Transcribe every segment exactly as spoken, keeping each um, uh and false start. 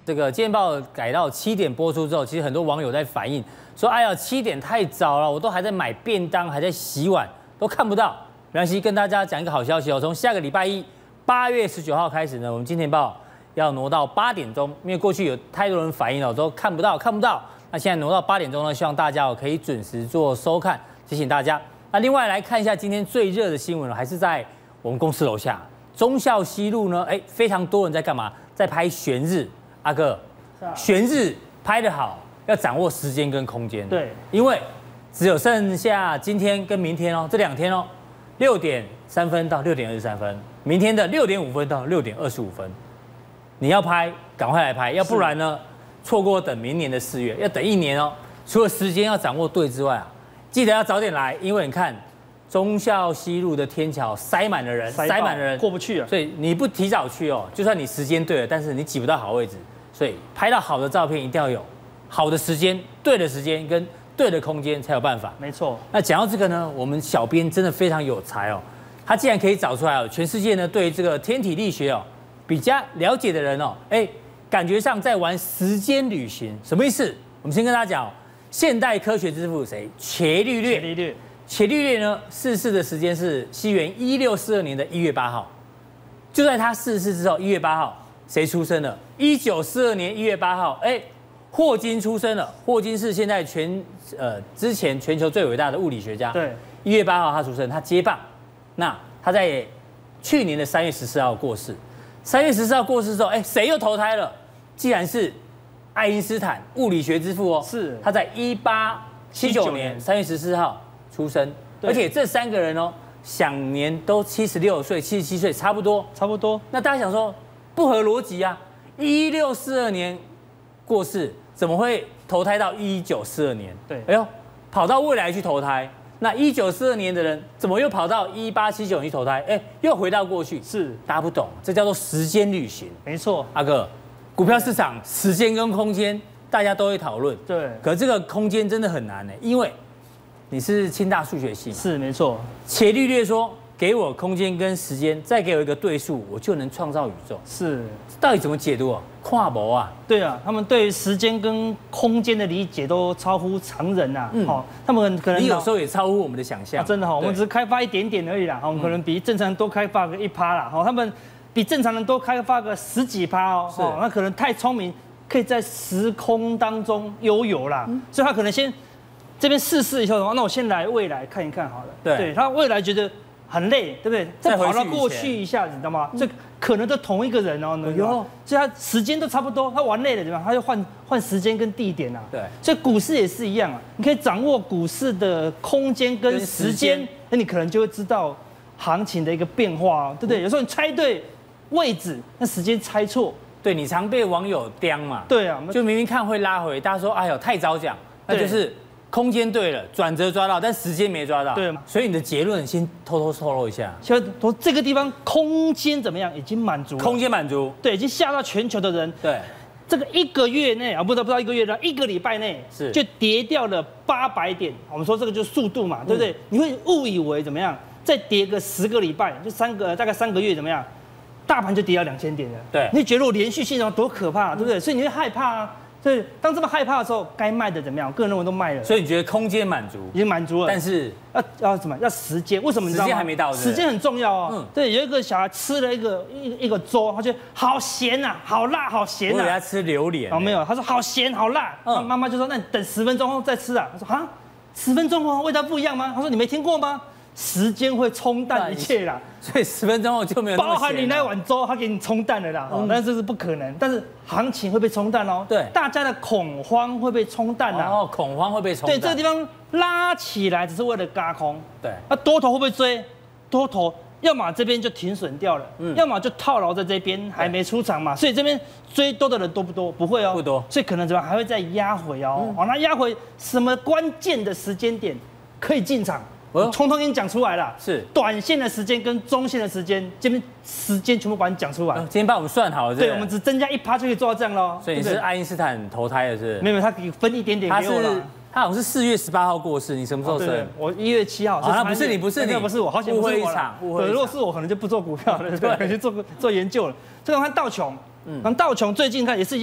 这个《今天报》改到七点播出之后，其实很多网友在反映说：“哎呀，七点太早了，我都还在买便当，还在洗碗，都看不到。”没关系，跟大家讲一个好消息哦，从下个礼拜一八月十九号开始呢，我们《今天报》要挪到八点钟，因为过去有太多人反映了，都看不到，看不到。那现在挪到八点钟呢，希望大家哦可以准时做收看，提醒大家。那另外来看一下今天最热的新闻，还是在我们公司楼下忠孝西路呢，哎，非常多人在干嘛？在拍悬日。阿哥，悬日拍得好，要掌握时间跟空间。 对， 因为只有剩下今天跟明天哦，这两天哦，六点三分到六点二十三分，明天的六点五分到六点二十五分，你要拍，赶快来拍，要不然呢，错过等明年的四月，要等一年哦。除了时间要掌握对之外啊，记得要早点来，因为你看忠孝西路的天桥塞满了人，塞满了人过不去了。 所以你不提早去哦，就算你时间对了，但是你挤不到好位置。所以拍到好的照片一定要有好的时间、对的时间跟对的空间才有办法。 没错。 那讲到这个呢，我们小编真的非常有才哦，他竟然可以找出来哦，全世界呢对这个天体力学哦比较了解的人哦，哎，感觉上在玩时间旅行，什么意思？我们先跟大家讲哦，现代科学之父谁？伽利略。 伽利略。 伽利略呢逝世的时间是西元一六四二年的一月八号，就在他逝世之后，一月八号谁出生了？一九四二年一月八号，哎，霍金出生了。霍金是现在全呃之前全球最伟大的物理学家。 对， 一月八号他出生，他接棒。那他在去年的三月十四号过世。三月十四号过世之后，哎，谁又投胎了？既然是爱因斯坦，物理学之父哦。 是。 他在一八七九年三月十四号出生，而且这三个人哦，享年都七十六岁、七十七岁，差不多， 差不多。 那大家想说，不合逻辑啊！一六四二年过世，怎么会投胎到一九四二年？ 对， 哎呦，跑到未来去投胎。那一九四二年的人，怎么又跑到一八七九年去投胎？哎，又回到过去。 是， 大家不懂，这叫做时间旅行。 没错， 阿哥，股票市场时间跟空间，大家都会讨论。 对， 可这个空间真的很难呢，因为你是清大数学系嘛？ 是没错。 伽利略说：“给我空间跟时间，再给我一个对数，我就能创造宇宙。” 是， 到底怎么解读啊？跨博啊？ 对啊，他们对时间跟空间的理解都超乎常人呐。 嗯， 好，他们可能你有时候也超乎我们的想象。 真的哈，我们只是开发一点点而已啦。我们可能比正常人多开发个一趴啦。好，他们比正常人多开发个十几趴哦。是，那可能太聪明，可以在时空当中悠游啦。所以他可能先。这边试试以后的话，那我先来未来看一看好了。 对， 对他未来觉得很累，对不对？再跑到过去一下子，你知道吗？这可能都同一个人哦，有，所以他时间都差不多，他玩累了对吧？他就换换时间跟地点啊。 对， 所以股市也是一样啊，你可以掌握股市的空间跟时间，那你可能就会知道行情的一个变化哦，对不对？有时候你猜对位置，那时间猜错。 对，你常被网友刁嘛？ 对啊， 就明明看会拉回，大家说哎呦太早讲，那就是。空间对了，转折抓到，但时间没抓到。 对， 所以你的结论先偷偷透露一下。 现在说这个地方空间怎么样？已经满足了。 空间满足。 对，已经吓到全球的人。 对， 这个一个月内啊，不知道不知道一个月了，一个礼拜内是就跌掉了八百点。我们说这个就是速度嘛，对不对？嗯、你会误以为怎么样？再跌个十个礼拜，就三个大概三个月怎么样？大盘就跌到两千点了。 对， 你觉得我连续性多可怕、啊，对不对？所以你会害怕啊。所以当这么害怕的时候，该卖的怎么样？我个人认为都卖了。 所以你觉得空间满足， 已经满足了， 但是要要什么？要时间？为什么你知道吗？ 时间还没到， 时间很重要哦。嗯，对，有一个小孩吃了一个一一个粥，他觉得好咸呐，好辣，好咸呐。 我给他吃榴莲。 哦，没有，他说好咸，好辣。嗯，妈妈就说那你等十分钟后再吃啊。他说啊，十分钟哦，味道不一样吗？他说你没听过吗？时间会冲淡一切啦， 所以十分钟后就没有那么咸了。 包含你那碗粥，它给你冲淡了啦，嗯、但是这是不可能。但是行情会被冲淡哦， 对， 大家的恐慌会被冲淡啦。 哦，恐慌会被冲淡。 对，这个地方拉起来只是为了轧空。 对， 那多头会不会追？多头要么这边就停损掉了，嗯、要么就套牢在这边还没出场嘛。所以这边追多的人多不多？不会哦， 不多。所以可能怎么样还会再压回哦。嗯、好，那压回什么关键的时间点可以进场？我通通给你讲出来了， 是短线的时间跟中线的时间，这边时间全部把你讲出来。 今天帮我们算好了， 对，我们只增加一趴就可以做到这样喽。 所以你是爱因斯坦投胎的是？ 没有，他可以分一点点给我了。 他好像是四月十八号过世，你什么时候生？ 我一月七号。 啊，不是你，不是你， 不是我，好险不是我了。 误会一场。 如果是我，可能就不做股票了，对，可能去做做研究了。这个看道琼，嗯，道琼最近看也是一样。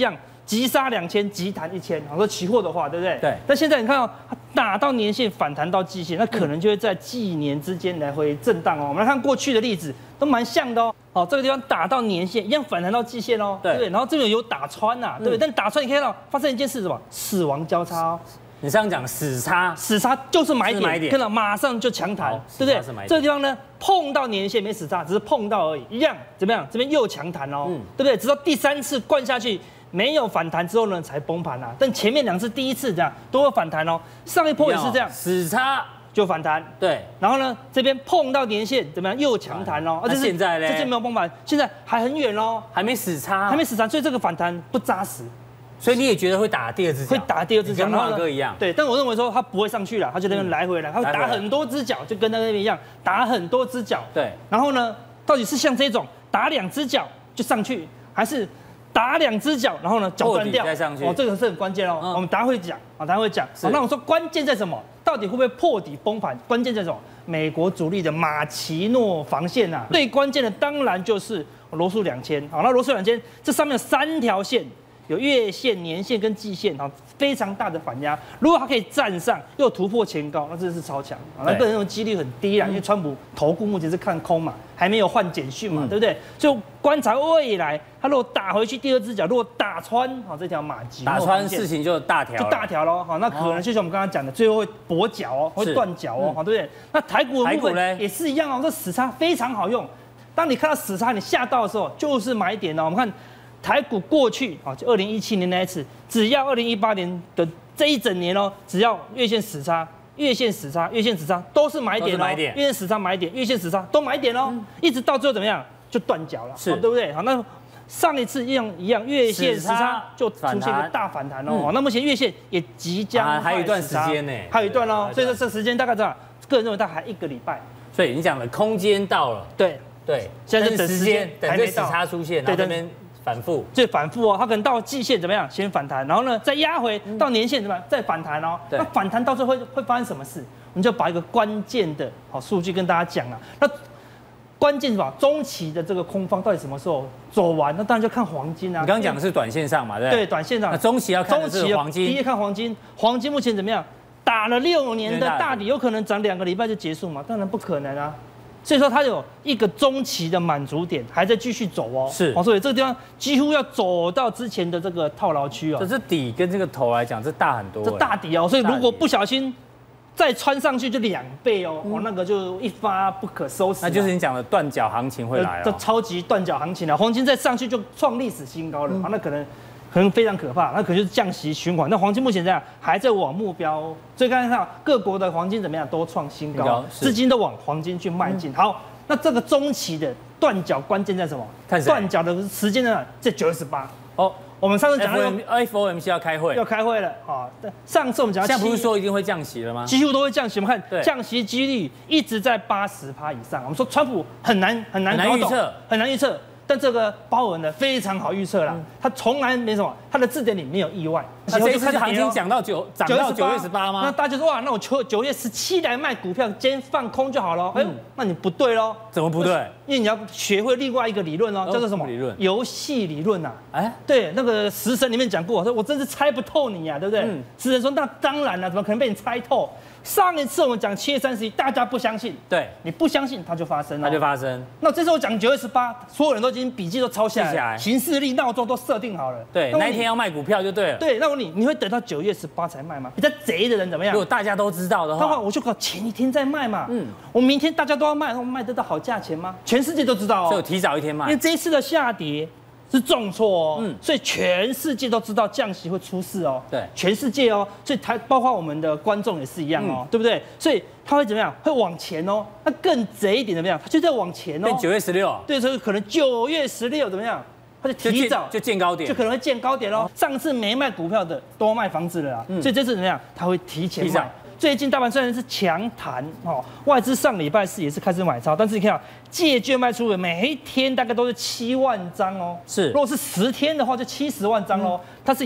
急杀两千，急弹一千。我说期货的话，对不对？ 对。 但现在你看哦，它打到年线反弹到季线，那可能就会在季年之间来回震荡哦。我们来看过去的例子，都蛮像的哦。好，这个地方打到年线，一样反弹到季线哦，对不对？然后这边有打穿呐，对不对？但打穿你看到发生一件事什么？死亡交叉哦。 你这样讲死叉， 死叉就是买点， 买点看到马上就强弹，对不对？这个地方呢碰到年线没死叉，只是碰到而已，一样怎么样？这边又强弹哦，嗯、对不对？直到第三次灌下去没有反弹之后呢，才崩盘啊。但前面两次第一次这样都有反弹哦，上一波也是这样， 死叉就反弹， 对。 然后呢这边碰到年线怎么样？又强弹哦， 而且现在呢， 这次没有崩盘，现在还很远哦， 还没死叉， 还没死叉，所以这个反弹不扎实。 所以你也觉得会打第二只脚， 会打第二只脚， 跟马哥一样。 对，但我认为说他不会上去了，他就那边来回来，他会打很多只脚，就跟那边一样，打很多只脚。 对。然后呢，到底是像这种打两只脚就上去，还是打两只脚然后呢脚断掉再上去？ 哦，这个是很关键哦。我们等下会讲啊，等下会讲。那我说关键在什么？到底会不会破底崩盘？关键在什么？美国主力的马奇诺防线啊，最关键的当然就是罗素两千。好，那罗素两千这上面有三条线。有月线、年线跟季线，哈，非常大的反压。如果它可以站上，又突破前高，那真的是超强。那个人认为几率很低啦，因为川普投顾目前是看空嘛，还没有换简讯嘛，对不对？就观察未来，他如果打回去第二只脚，如果打穿，好这条马吉， 打穿事情就大条， 就大条喽。好，那可能就像我们刚刚讲的，最后会跛脚哦，会断脚哦，好，对不对？那台股的部分也是一样哦，这死叉非常好用。当你看到死叉，你吓到的时候，就是买点哦。我们看。台股过去啊，就二零一七年那一次，只要二零一八年的这一整年哦，只要月线死叉、月线死叉、月线死叉都是买点哦，月线死叉买点，月线死叉都买点哦，嗯、一直到最后怎么样就断脚了，是、哦，对不对？好，那上一次一样一样，月线死叉就出现一个大反弹哦，嗯、那目前月线也即将、 啊、还有一段时间呢， 还有一段哦，所以说这时间大概多少？个人认为大概还一个礼拜。 所以你讲的空间到了， 对对， 现在是等时间， 等这死叉出现，然后这边。反复， 最反复哦，它可能到季线怎么样，先反弹，然后呢再压回到年线怎么样，再反弹哦。那反弹到最后会会发生什么事？我们就把一个关键的好数据跟大家讲啊。那关键是吧，中期的这个空方到底什么时候走完？那当然就看黄金啊。 你刚刚讲的是短线上嘛，对不对？ 对，短线上。 那中期要看的是黄金。 第一看黄金，黄金目前怎么样？打了六年的大底，有可能涨两个礼拜就结束吗？当然不可能啊。所以说它有一个中期的满足点，还在继续走哦。 是， 哦，所以这个地方几乎要走到之前的这个套牢区哦。 这是底跟这个头来讲，这大很多。 这大底哦，所以如果不小心再穿上去，就两倍哦，哦，那个就一发不可收拾。 那就是你讲的断脚行情会来哦。 这超级断脚行情啊，黄金再上去就创历史新高了，啊，那可能。可能非常可怕，那可能就是降息循环。那黄金目前这样还在往目标，所以刚才看各国的黄金怎么样，都创新高，资金都往黄金去迈进。好，那这个中期的断脚关键在什么？断脚的时间呢？在九月十八。哦，我们上次讲到 F O M C 要开会， 要开会了啊。上次我们讲， 现在不是说一定会降息了吗？ 几乎都会降息。我们看降息几率一直在八十趴以上。我们说川普很难很难预测， 很难预测。但这个鲍尔呢非常好预测啦，他从来没什么，他的字典里没有意外。 那这一次行情讲到九涨到九月十八吗？ 那大家就说哇，那我九九月十七来卖股票，今天放空就好了。哎呦，那你不对喽。 怎么不对？ 因为你要学会另外一个理论哦，叫做什么理论？游戏理论呐。哎，对，那个食神里面讲过，说我真是猜不透你呀，对不对？食神说那当然了，怎么可能被你猜透？上一次我们讲七月三十一，大家不相信， 对， 你不相信它就发生了， 它就发生。 那这次我讲九月十八，所有人都已经笔记都抄下来，行事历、闹钟都设定好了。 对，那一天要卖股票就对了。 对，那我你你会等到九月十八才卖吗？比较贼的人怎么样？ 如果大家都知道的话， 的话我就搞前一天再卖嘛。嗯，我明天大家都要卖，我卖得到好价钱吗？全世界都知道哦， 所以我提早一天卖。 因为这一次的下跌。是重挫哦，嗯，所以全世界都知道降息会出事哦， 对， 全世界哦，所以台包括我们的观众也是一样哦，嗯、对不对？所以它会怎么样？会往前哦，那更贼一点怎么样？它就在往前哦， 变九月十六， 对，所以可能九月十六怎么样？它就提早就见高点， 就可能会见高点哦。上次没卖股票的都卖房子了啦，嗯、所以这次怎么样？它会提前卖。最近大盘虽然是强弹哦，外资上礼拜四也是开始买超，但是你看啊，借券卖出的每一天大概都是七万张哦。 是， 如果是十天的话，就七十万张哦。嗯、它是以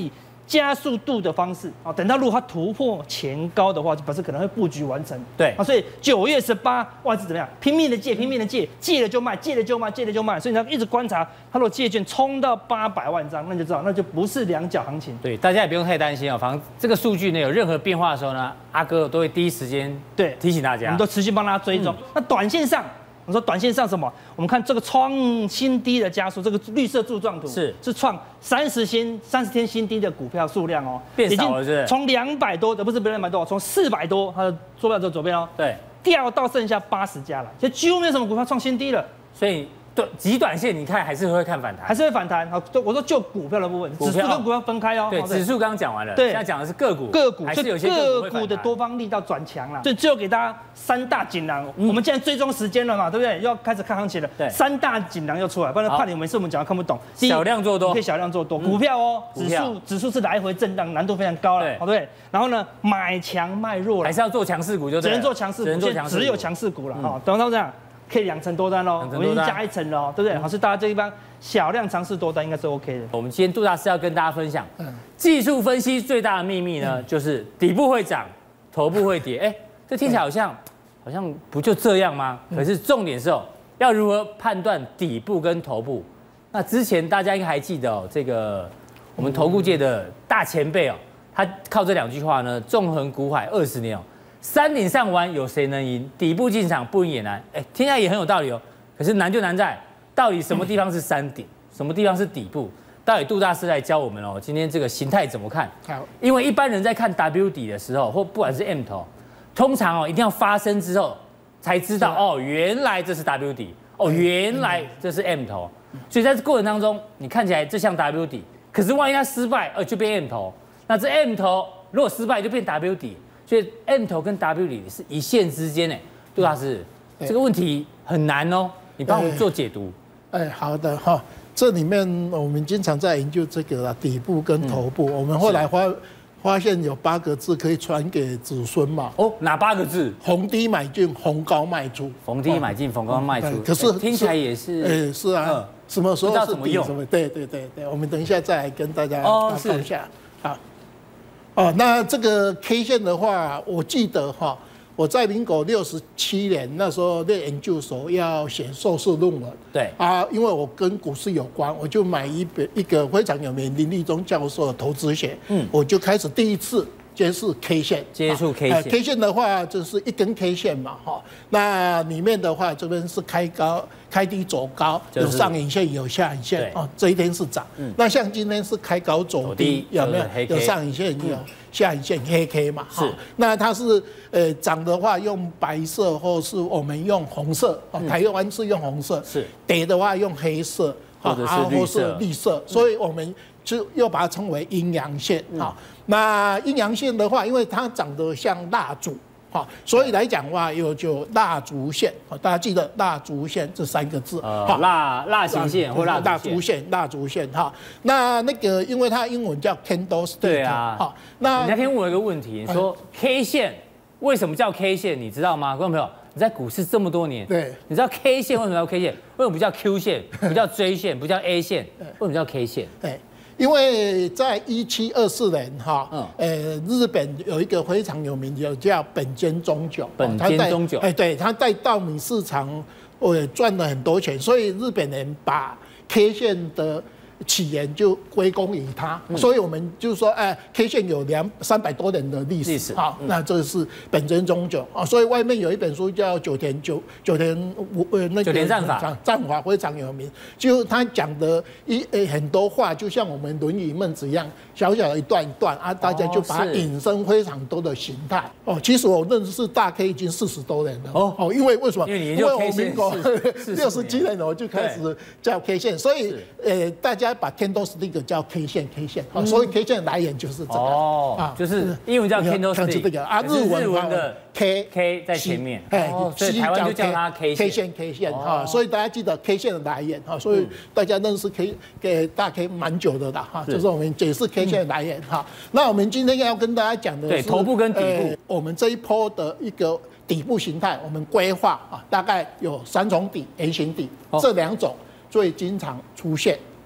加速度的方式啊，等到如果它突破前高的话，就表示可能会布局完成。 对啊，所以九月十八外资怎么样？拼命的借，拼命的借，借了就卖，借了就卖，借了就卖。所以你要一直观察，它如果借券冲到八百万张，那就知道那就不是两脚行情。 对，大家也不用太担心哦，反正这个数据呢有任何变化的时候呢，阿哥都会第一时间对提醒大家， 我们都持续帮大家追踪。嗯、那短线上。我说短线上什么？我们看这个创新低的加速，这个绿色柱状图是是创三十新三十天新低的股票数量哦， 变少了是？从两百多的不是不是两百多，从四百多，它的坐标在左边哦， 对， 掉到剩下八十家了，所以几乎没有什么股票创新低了， 所以。对，极短线你看还是会看反弹， 还是会反弹。好，我说就股票的部分，指数跟股票分开哦。 对，指数刚刚讲完了， 对， 现在讲的是个股， 个股还是有些个股的多方力道转强了。所以最后给大家三大锦囊， 嗯、 我们现在追踪时间了嘛，对不对？要开始看行情了。 对， 三大锦囊又出来，不然怕你每次我们讲看不懂。 小量做多， 可以小量做多，股票哦，指数指数是来回震荡，难度非常高了，好对不对？然后呢，买强卖弱了， 还是要做强势股就对， 只能做强势股，只能做强势，只有强势股了。好，等到这样。可以两层多单喽，我们已经加一层了哦，对不对？好，是大家这一帮小量尝试多单应该是 OK 的。 我们今天杜大师要跟大家分享，技术分析最大的秘密呢，就是底部会涨，头部会跌。哎，这听起来好像好像不就这样吗？可是重点是哦，要如何判断底部跟头部？那之前大家应该还记得哦，这个我们投顾界的大前辈哦，他靠这两句话呢，纵横股海二十年哦。山顶上玩有谁能赢？底部进场不赢也难。哎，听起来也很有道理哦。可是难就难在，到底什么地方是山顶，什么地方是底部？到底杜大师来教我们哦。今天这个形态怎么看？好，因为一般人在看 W 底的时候，或不管是 M 头，通常哦一定要发生之后才知道哦，原来这是 W 底，哦原来这是 M 头。所以在这过程当中，你看起来这像 W 底，可是万一它失败，呃就变 M 头。那这 M 头如果失败就变 W 底。所以 M 头跟 W 底是一线之间诶，杜老师，这个问题很难哦，你帮我们做解读。 哎，好的哈，这里面我们经常在研究这个啦，底部跟头部。我们后来发发现有八个字可以传给子孙嘛。 哦，哪八个字？ 逢低买进，逢高卖出。 逢低买进，逢高卖出。 可是听起来也是， 哎，是啊，什么时候是底？ 什么？ 对对对对，我们等一下再来跟大家报告一下。好。哦，那这个 K 线的话，我记得哈，我在民国六十七年那时候念研究所要写硕士论文， 对啊，因为我跟股市有关，我就买一本一个非常有名林立忠教授的投资学，嗯，我就开始第一次接触 K 线， 接触 K 线。 K 线的话就是一根 K 线嘛，哈，那里面的话这边是开高。开低走高，有上影线有下影线哦，这一天是涨。那像今天是开高走低，有没有？有上影线有下影线黑 K 嘛？是。那它是呃涨的话用白色，或是我们用红色。台湾是用红色， 是。 跌的话用黑色， 或者是绿色。所以我们就又把它称为阴阳线。好，那阴阳线的话，因为它长得像蜡烛。好，所以来讲的话，有就蜡烛线，大家记得蜡烛线这三个字。 好，蜡蜡形线或蜡烛线，蜡烛线哈。那那个，因为它英文叫 candlestick。对啊。好，那人家天问我一个问题，你说 K 线为什么叫 K 线？你知道吗，观众朋友？你在股市这么多年， 对， 你知道 K 线为什么叫 K 线？为什么不叫 Q 线？不叫 J 线？不叫 A 线？为什么叫 K 线？ 对。因为在一七二四年哈，呃，日本有一个非常有名的叫本间忠久， 本间忠久， 哎，对，他在稻米市场，呃，赚了很多钱，所以日本人把 K 线的起源就归功于他，所以我们就说，哎 ，K 线有两三百多年的历史，好，那这是本间忠久啊，所以外面有一本书叫九田九九田呃那个九田战法， 战法非常有名，就他讲的一呃很多话，就像我们《论语》《孟子》一样，小小的一段一段啊，大家就把它引申非常多的形态哦。其实我认识大 K 已经四十多年了哦，哦，因为为什么？ 因为你就 K 线六十七年我就开始叫 K 线，所以呃大家。把 candlestick 叫 K 线 K 线，嗯、所以 K 线的来源就是这个哦，啊，就是英文叫 candlestick 这个啊，日文日文的 K K 在前面， 哎、 哦，所以台湾就叫它 K 线 K 线 K 线哈，所以大家记得 K 线的来源哈，所以大家认识 K 给大 K 蛮久的啦哈，就是我们解释 K 线的来源哈。那我们今天要跟大家讲的是对头部跟底部， 我们这一波的一个底部形态，我们规划啊，大概有三种底 A 型底，这两种最经常出现。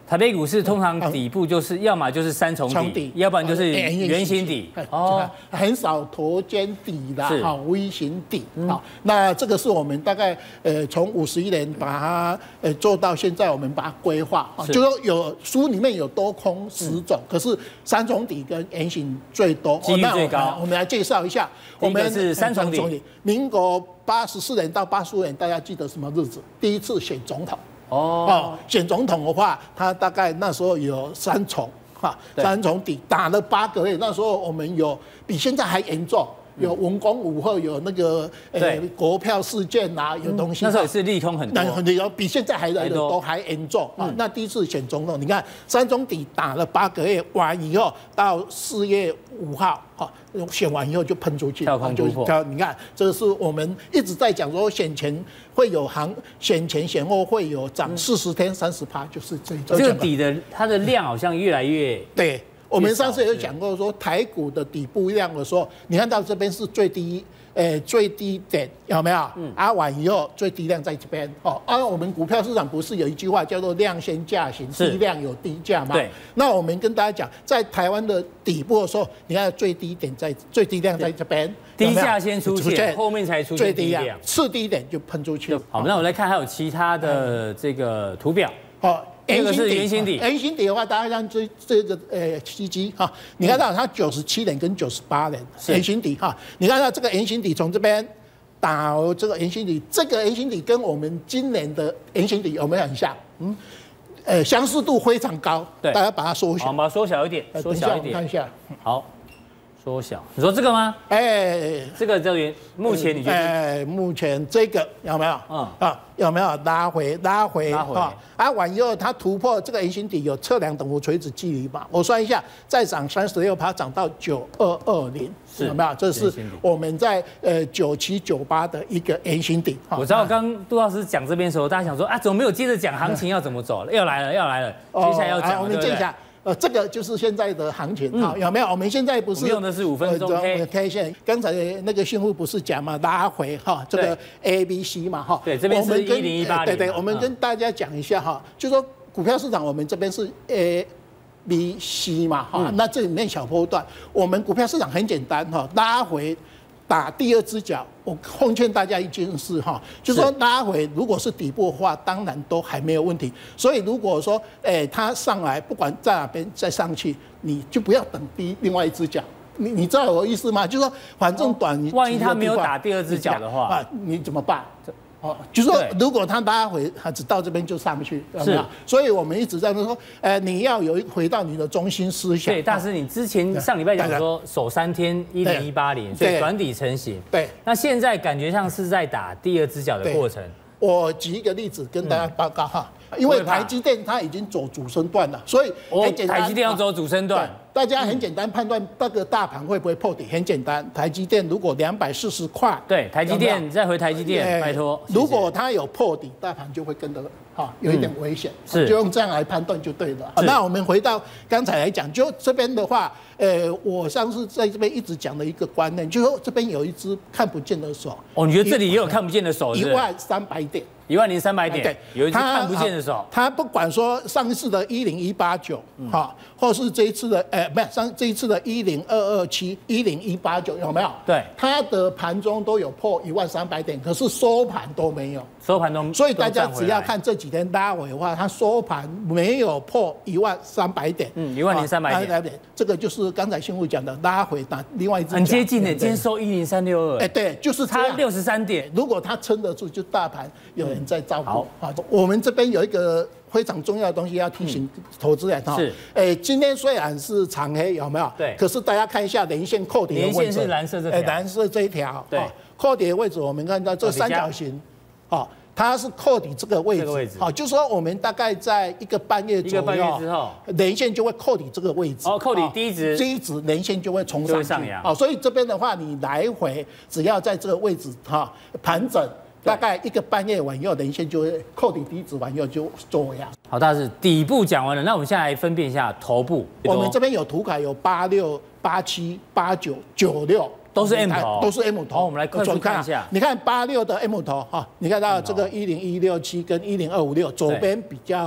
台北股市通常底部就是要么就是三重底，要不然就是圆形底， 哦，很少头肩底的，好 V 型底，好，那这个是我们大概呃从五十一年把它呃做到现在，我们把它规划，就说有书里面有多空十种，可是三重底跟圆形最多， 几率最高。 我们来介绍一下， 我们是三重底， 民国八十四年到八十五年，大家记得什么日子？第一次选总统。 哦, 哦，选总统的话，他大概那时候有三重哈，三重底打了八个月，那时候我们有比现在还严重。有文攻武吓，有那个呃国票事件呐，有东西。 那时候也是利空很多， 很多，比现在还来的都还严重啊。那第一次选总统，你看三重底打了八个月，完以后到四月五号，哈，选完以后就喷出去， 跳空突破。 你看，这是我们一直在讲说选前会有行，选前选后会有涨四十天三十趴，就是这种。 这个底的它的量好像越来越对。我们上次有讲过，说台股的底部量的时候，你看到这边是最低，呃，最低点有没有？嗯。啊，完以后最低量在这边，哦。啊，我们股票市场不是有一句话叫做量先价行，低量有低价吗？ 对。 那我们跟大家讲，在台湾的底部的时候，你看最低点在最低量在这边， 低价先出现，后面才出现最低量， 次低点就喷出去。 好，那我们来看还有其他的这个图表。 好。 这个是圆形底， 圆形底的话，大家像这这个呃基基哈，你看到它九十七年跟九十八年圆形底哈，你看到这个圆形底从这边打这个圆形底，这个圆形底跟我们今年的圆形底有没有很像？嗯，呃，相似度非常高，对，大家把它缩小， 好，把它缩小一点，缩小一点， 看一下， 好。缩小，你说这个吗？哎，这个这边目前你觉得？ 哎，目前这个有没有？嗯啊，有没有拉回拉回啊？啊，完以后它突破这个圆形底有测量等幅垂直距离嘛？我算一下，再涨三十六趴，涨到九二二零，有没有？这是我们在呃九七九八的一个圆形底。 我知道刚杜老师讲这边的时候，大家想说啊，怎么没有接着讲行情要怎么走？要来了，要来了，接下来要讲， 我们接一下。呃，这个就是现在的行情啊，有没有？我们现在不是用的是五分钟 K 线，刚才那个新户不是讲嘛，拉回哈，这个 A、B、C 嘛哈。 对，这边是一零一八零。 对对，我们跟大家讲一下哈，就说股票市场我们这边是 A、B、C 嘛哈，那这里面小波段，我们股票市场很简单哈，拉回。打第二只脚，我奉劝大家一件事哈，就是说拉回如果是底部的话，当然都还没有问题。所以如果说，哎，它上来不管在哪边再上去，你就不要等第另外一只脚。你你知道我的意思吗？就是说，反正短， 万一他没有打第二只脚的话， 啊，你怎么办？哦，就是说，如果他拉回，他只到这边就上不去，是。所以我们一直在说，呃，你要有回到你的中心思想。 对，大师，你之前上礼拜讲说守三天一零一八零，所以短底成型。 对。 那现在感觉像是在打第二只脚的过程。 我举一个例子跟大家报告哈，因为台积电它已经走主升段了，所以很简单，台积电要走主升段。 大家很简单判断这个大盘会不会破底，很简单，台积电如果两百四十块， 对，台积电再回台积电，拜托， 如果它有破底，大盘就会跟着哈，有一点危险，是，就用这样来判断就对了。那我们回到刚才来讲，就这边的话，呃，我上次在这边一直讲的一个观念，就是说这边有一只看不见的手。 哦，你觉得这里也有看不见的手？ 一万三百点。 一万零三百点，对，有一只看不见的手。 它不管说上一次的一零一八九，哈，或是这一次的，呃，不是上这一次的一零二二七、一零一八九，有没有？ 对， 它的盘中都有破一万三百点，可是收盘都没有。 收盘都， 所以大家只要看这几天拉尾的话，它收盘没有破一万三百点， 嗯，一万零三百点， 这个就是刚才新闻讲的拉回打另外一只， 很接近的，今天收一零三六二， 哎，对，就是差六十三点。 如果它撑得住，就大盘有人在照顾。好，我们这边有一个非常重要的东西要提醒投资人哈，是，哎，今天虽然是长黑，有没有？ 对。 可是大家看一下连线扣底的位置， 连线是蓝色这条， 蓝色这一条， 对， 扣底的位置我们看到这三角形，哦。它是扣底这个位置，好，就说我们大概在一个半月左右，一个半月之后，连线就会扣底这个位置。 哦，扣底低值， 低值连线就会冲上去。好，所以这边的话，你来回只要在这个位置哈盘整，大概一个半月完以后，连线就会扣底低值完以后就做样。 好，大致底部讲完了，那我们现在来分辨一下头部。 我们这边有图卡，有八六、八七、八九、九六。 都是 M 头， 都是 M 头。 好，我们来快速看一下。 你看八六的 M 头哈，你看到这个一零一六七跟一零二五六，左边比较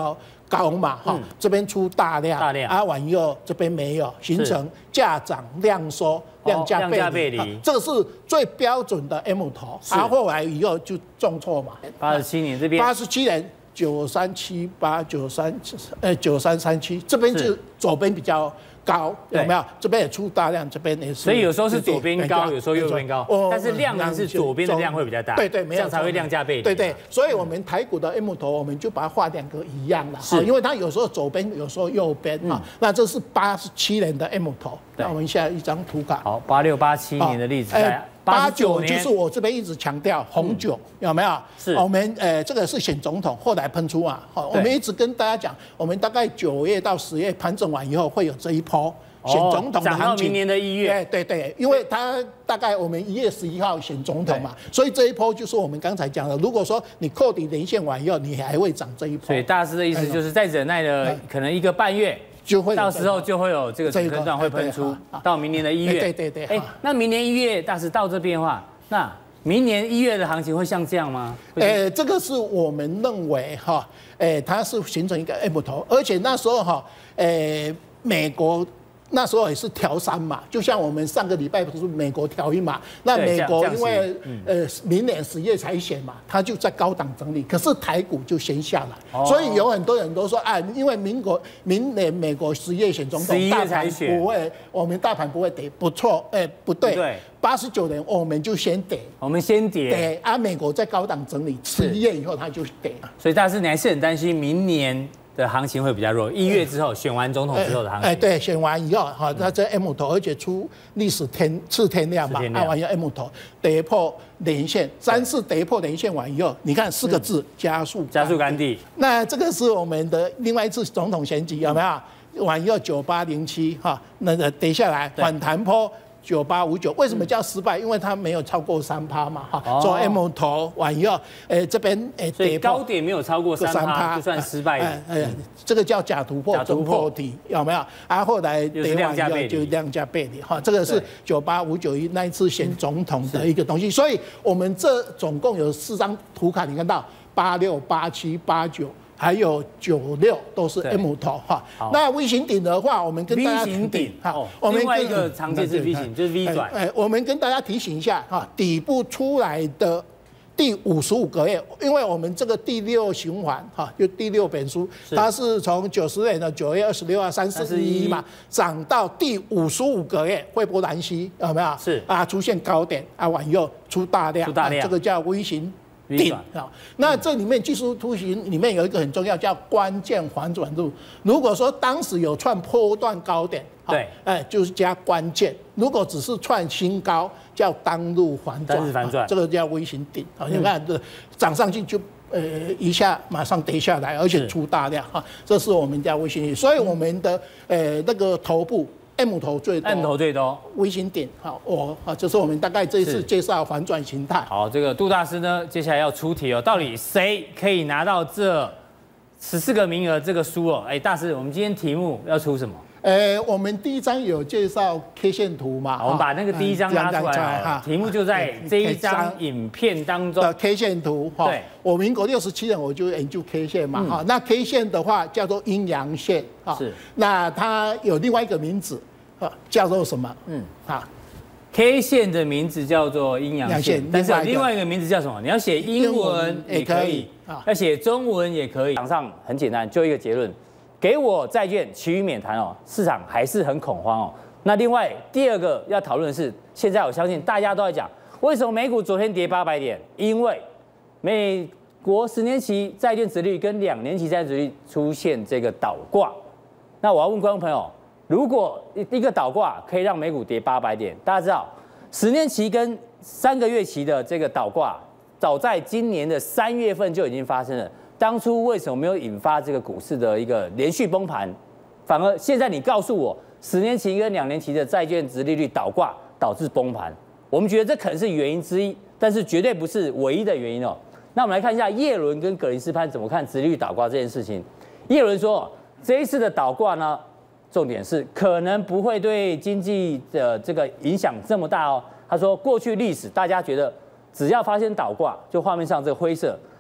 高嘛，哈、嗯，这边出大量， 大量， 啊，完以后这边没有，形成价涨量缩。量价背离、哦，这个是最标准的 M 头，啊，后来以后就重挫嘛。 八十七年这边， 八十七年九三七八九三，呃九三三七，这边就左边比较高，有没有？这边也出大量，这边也是。 所以有时候是左边高，有时候右边高，但是量能是左边的量会比较大。 对对， 这样才会量价背离。 对对，所以我们台股的 M 头，我们就把它画两个一样的，是，因为它有时候左边，有时候右边啊。那这是八十七年的 M 头。那我们下一张图卡。 好，八六八七年的例子在八九就是我这边一直强调红酒有没有？ 是， 我们呃这个是选总统，后来喷出啊。好，我们一直跟大家讲，我们大概九月到十月盘整完以后会有这一波。选总统的行情， 涨到明年的一月。 对对对，因为它大概我们一月十一号选总统嘛，所以这一波就是我们刚才讲的，如果说你扣底连线完以后，你还会涨这一波。 所以大师的意思就是再忍耐了可能一个半月， 就会到时候就会有这个主升段会喷出，到明年的一月。 对对对。 哎，那明年一月大师到这边的话，那明年一月的行情会像这样吗？ 呃，这个是我们认为哈，呃，它是形成一个 M 头，而且那时候哈，呃，美国。那时候也是调三嘛，就像我们上个礼拜不是美国调一嘛，那美国因为呃明年十月才选嘛，它就在高档整理，可是台股就先下来，所以有很多人都说啊，因为民国明年美国十月选总统，大盘不会，我们大盘不会跌，不错，哎不对，八十九年我们就先跌， 我们先跌， 对啊，美国在高档整理，十一月以后它就跌， 所以大师你还是很担心明年的行情会比较弱，一月之后选完总统之后的行情， 哎，对，选完以后，哈，那这 M 头，而且出历史天次天量嘛，啊，完以后 M 头跌破连线，三次跌破连线完以后，你看四个字，加速加速干地。 那这个是我们的另外一次总统选举有没有？完以后九八零七哈，那个跌下来反弹波。九八五九为什么叫失败？因为它没有超过三趴嘛，哈，做 M 头完以后，诶这边诶跌高点没有超过三趴，就算失败。 哎哎，这个叫假突破，中破底有没有？啊，后来跌完以后就量价背离，哈，这个是九八五九一那一次选总统的一个东西。所以我们这总共有四张图卡，你看到八六、八七、八九。还有九六都是 M 头哈，那 V 型顶的话，我们跟大家 V 型顶哈， 我们另外一个常见是 V 型，就是 V 转。 哎，我们跟大家提醒一下哈，底部出来的第五十五个月，因为我们这个第六循环哈，就第六本书，它是从九十年的九月二十六号三四一嘛，涨到第五十五个月，惠波兰西有没有？ 是啊， 出现高点啊，往右出大量， 出大量， 这个叫 V 型。顶啊，那这里面技术图形里面有一个很重要，叫关键反转路。如果说当时有创波段高点， 对， 哎，就是加关键；如果只是创新高，叫单路反转， 单日反转， 这个叫微型顶。好，你看这涨上去就呃一下马上跌下来，而且出大量哈，这是我们叫微型顶。所以我们的呃那个头部。M 头最多 ，M 头最多， 微型点，好，我啊，这是我们大概这一次介绍反转形态。 好，这个杜大师呢，接下来要出题哦，到底谁可以拿到这十四个名额这个书哦？哎，大师，我们今天题目要出什么？ 呃，我们第一章有介绍 K 线图嘛？ 我们把那个第一章拿出来哈，题目就在这一张影片当中的 K 线图哈。对，我民国六十七年我就研究 K 线嘛哈，那 K 线的话叫做阴阳线啊，是，那它有另外一个名字。叫做什么？嗯，啊 ，K 线的名字叫做阴阳线，但是另外一个名字叫什么？你要写英文也可以，要写中文也可以。场上很简单，就一个结论：给我债券，其余免谈哦。市场还是很恐慌哦。那另外第二个要讨论的是，现在我相信大家都在讲，为什么美股昨天跌八百点？因为美国十年期债券殖利率跟两年期债券殖利率出现这个倒挂。那我要问观众朋友。如果一个倒挂可以让美股跌八百点，大家知道十年期跟三个月期的这个倒挂，早在今年的三月份就已经发生了。当初为什么没有引发这个股市的一个连续崩盘？反而现在你告诉我，十年期跟两年期的债券殖利率倒挂导致崩盘，我们觉得这可能是原因之一，但是绝对不是唯一的原因哦。那我们来看一下叶伦跟葛林斯潘怎么看殖利率倒挂这件事情。叶伦说，这一次的倒挂呢？重点是可能不会对经济的这个影响这么大哦。他说，过去历史大家觉得只要发生倒挂，就画面上这个灰色，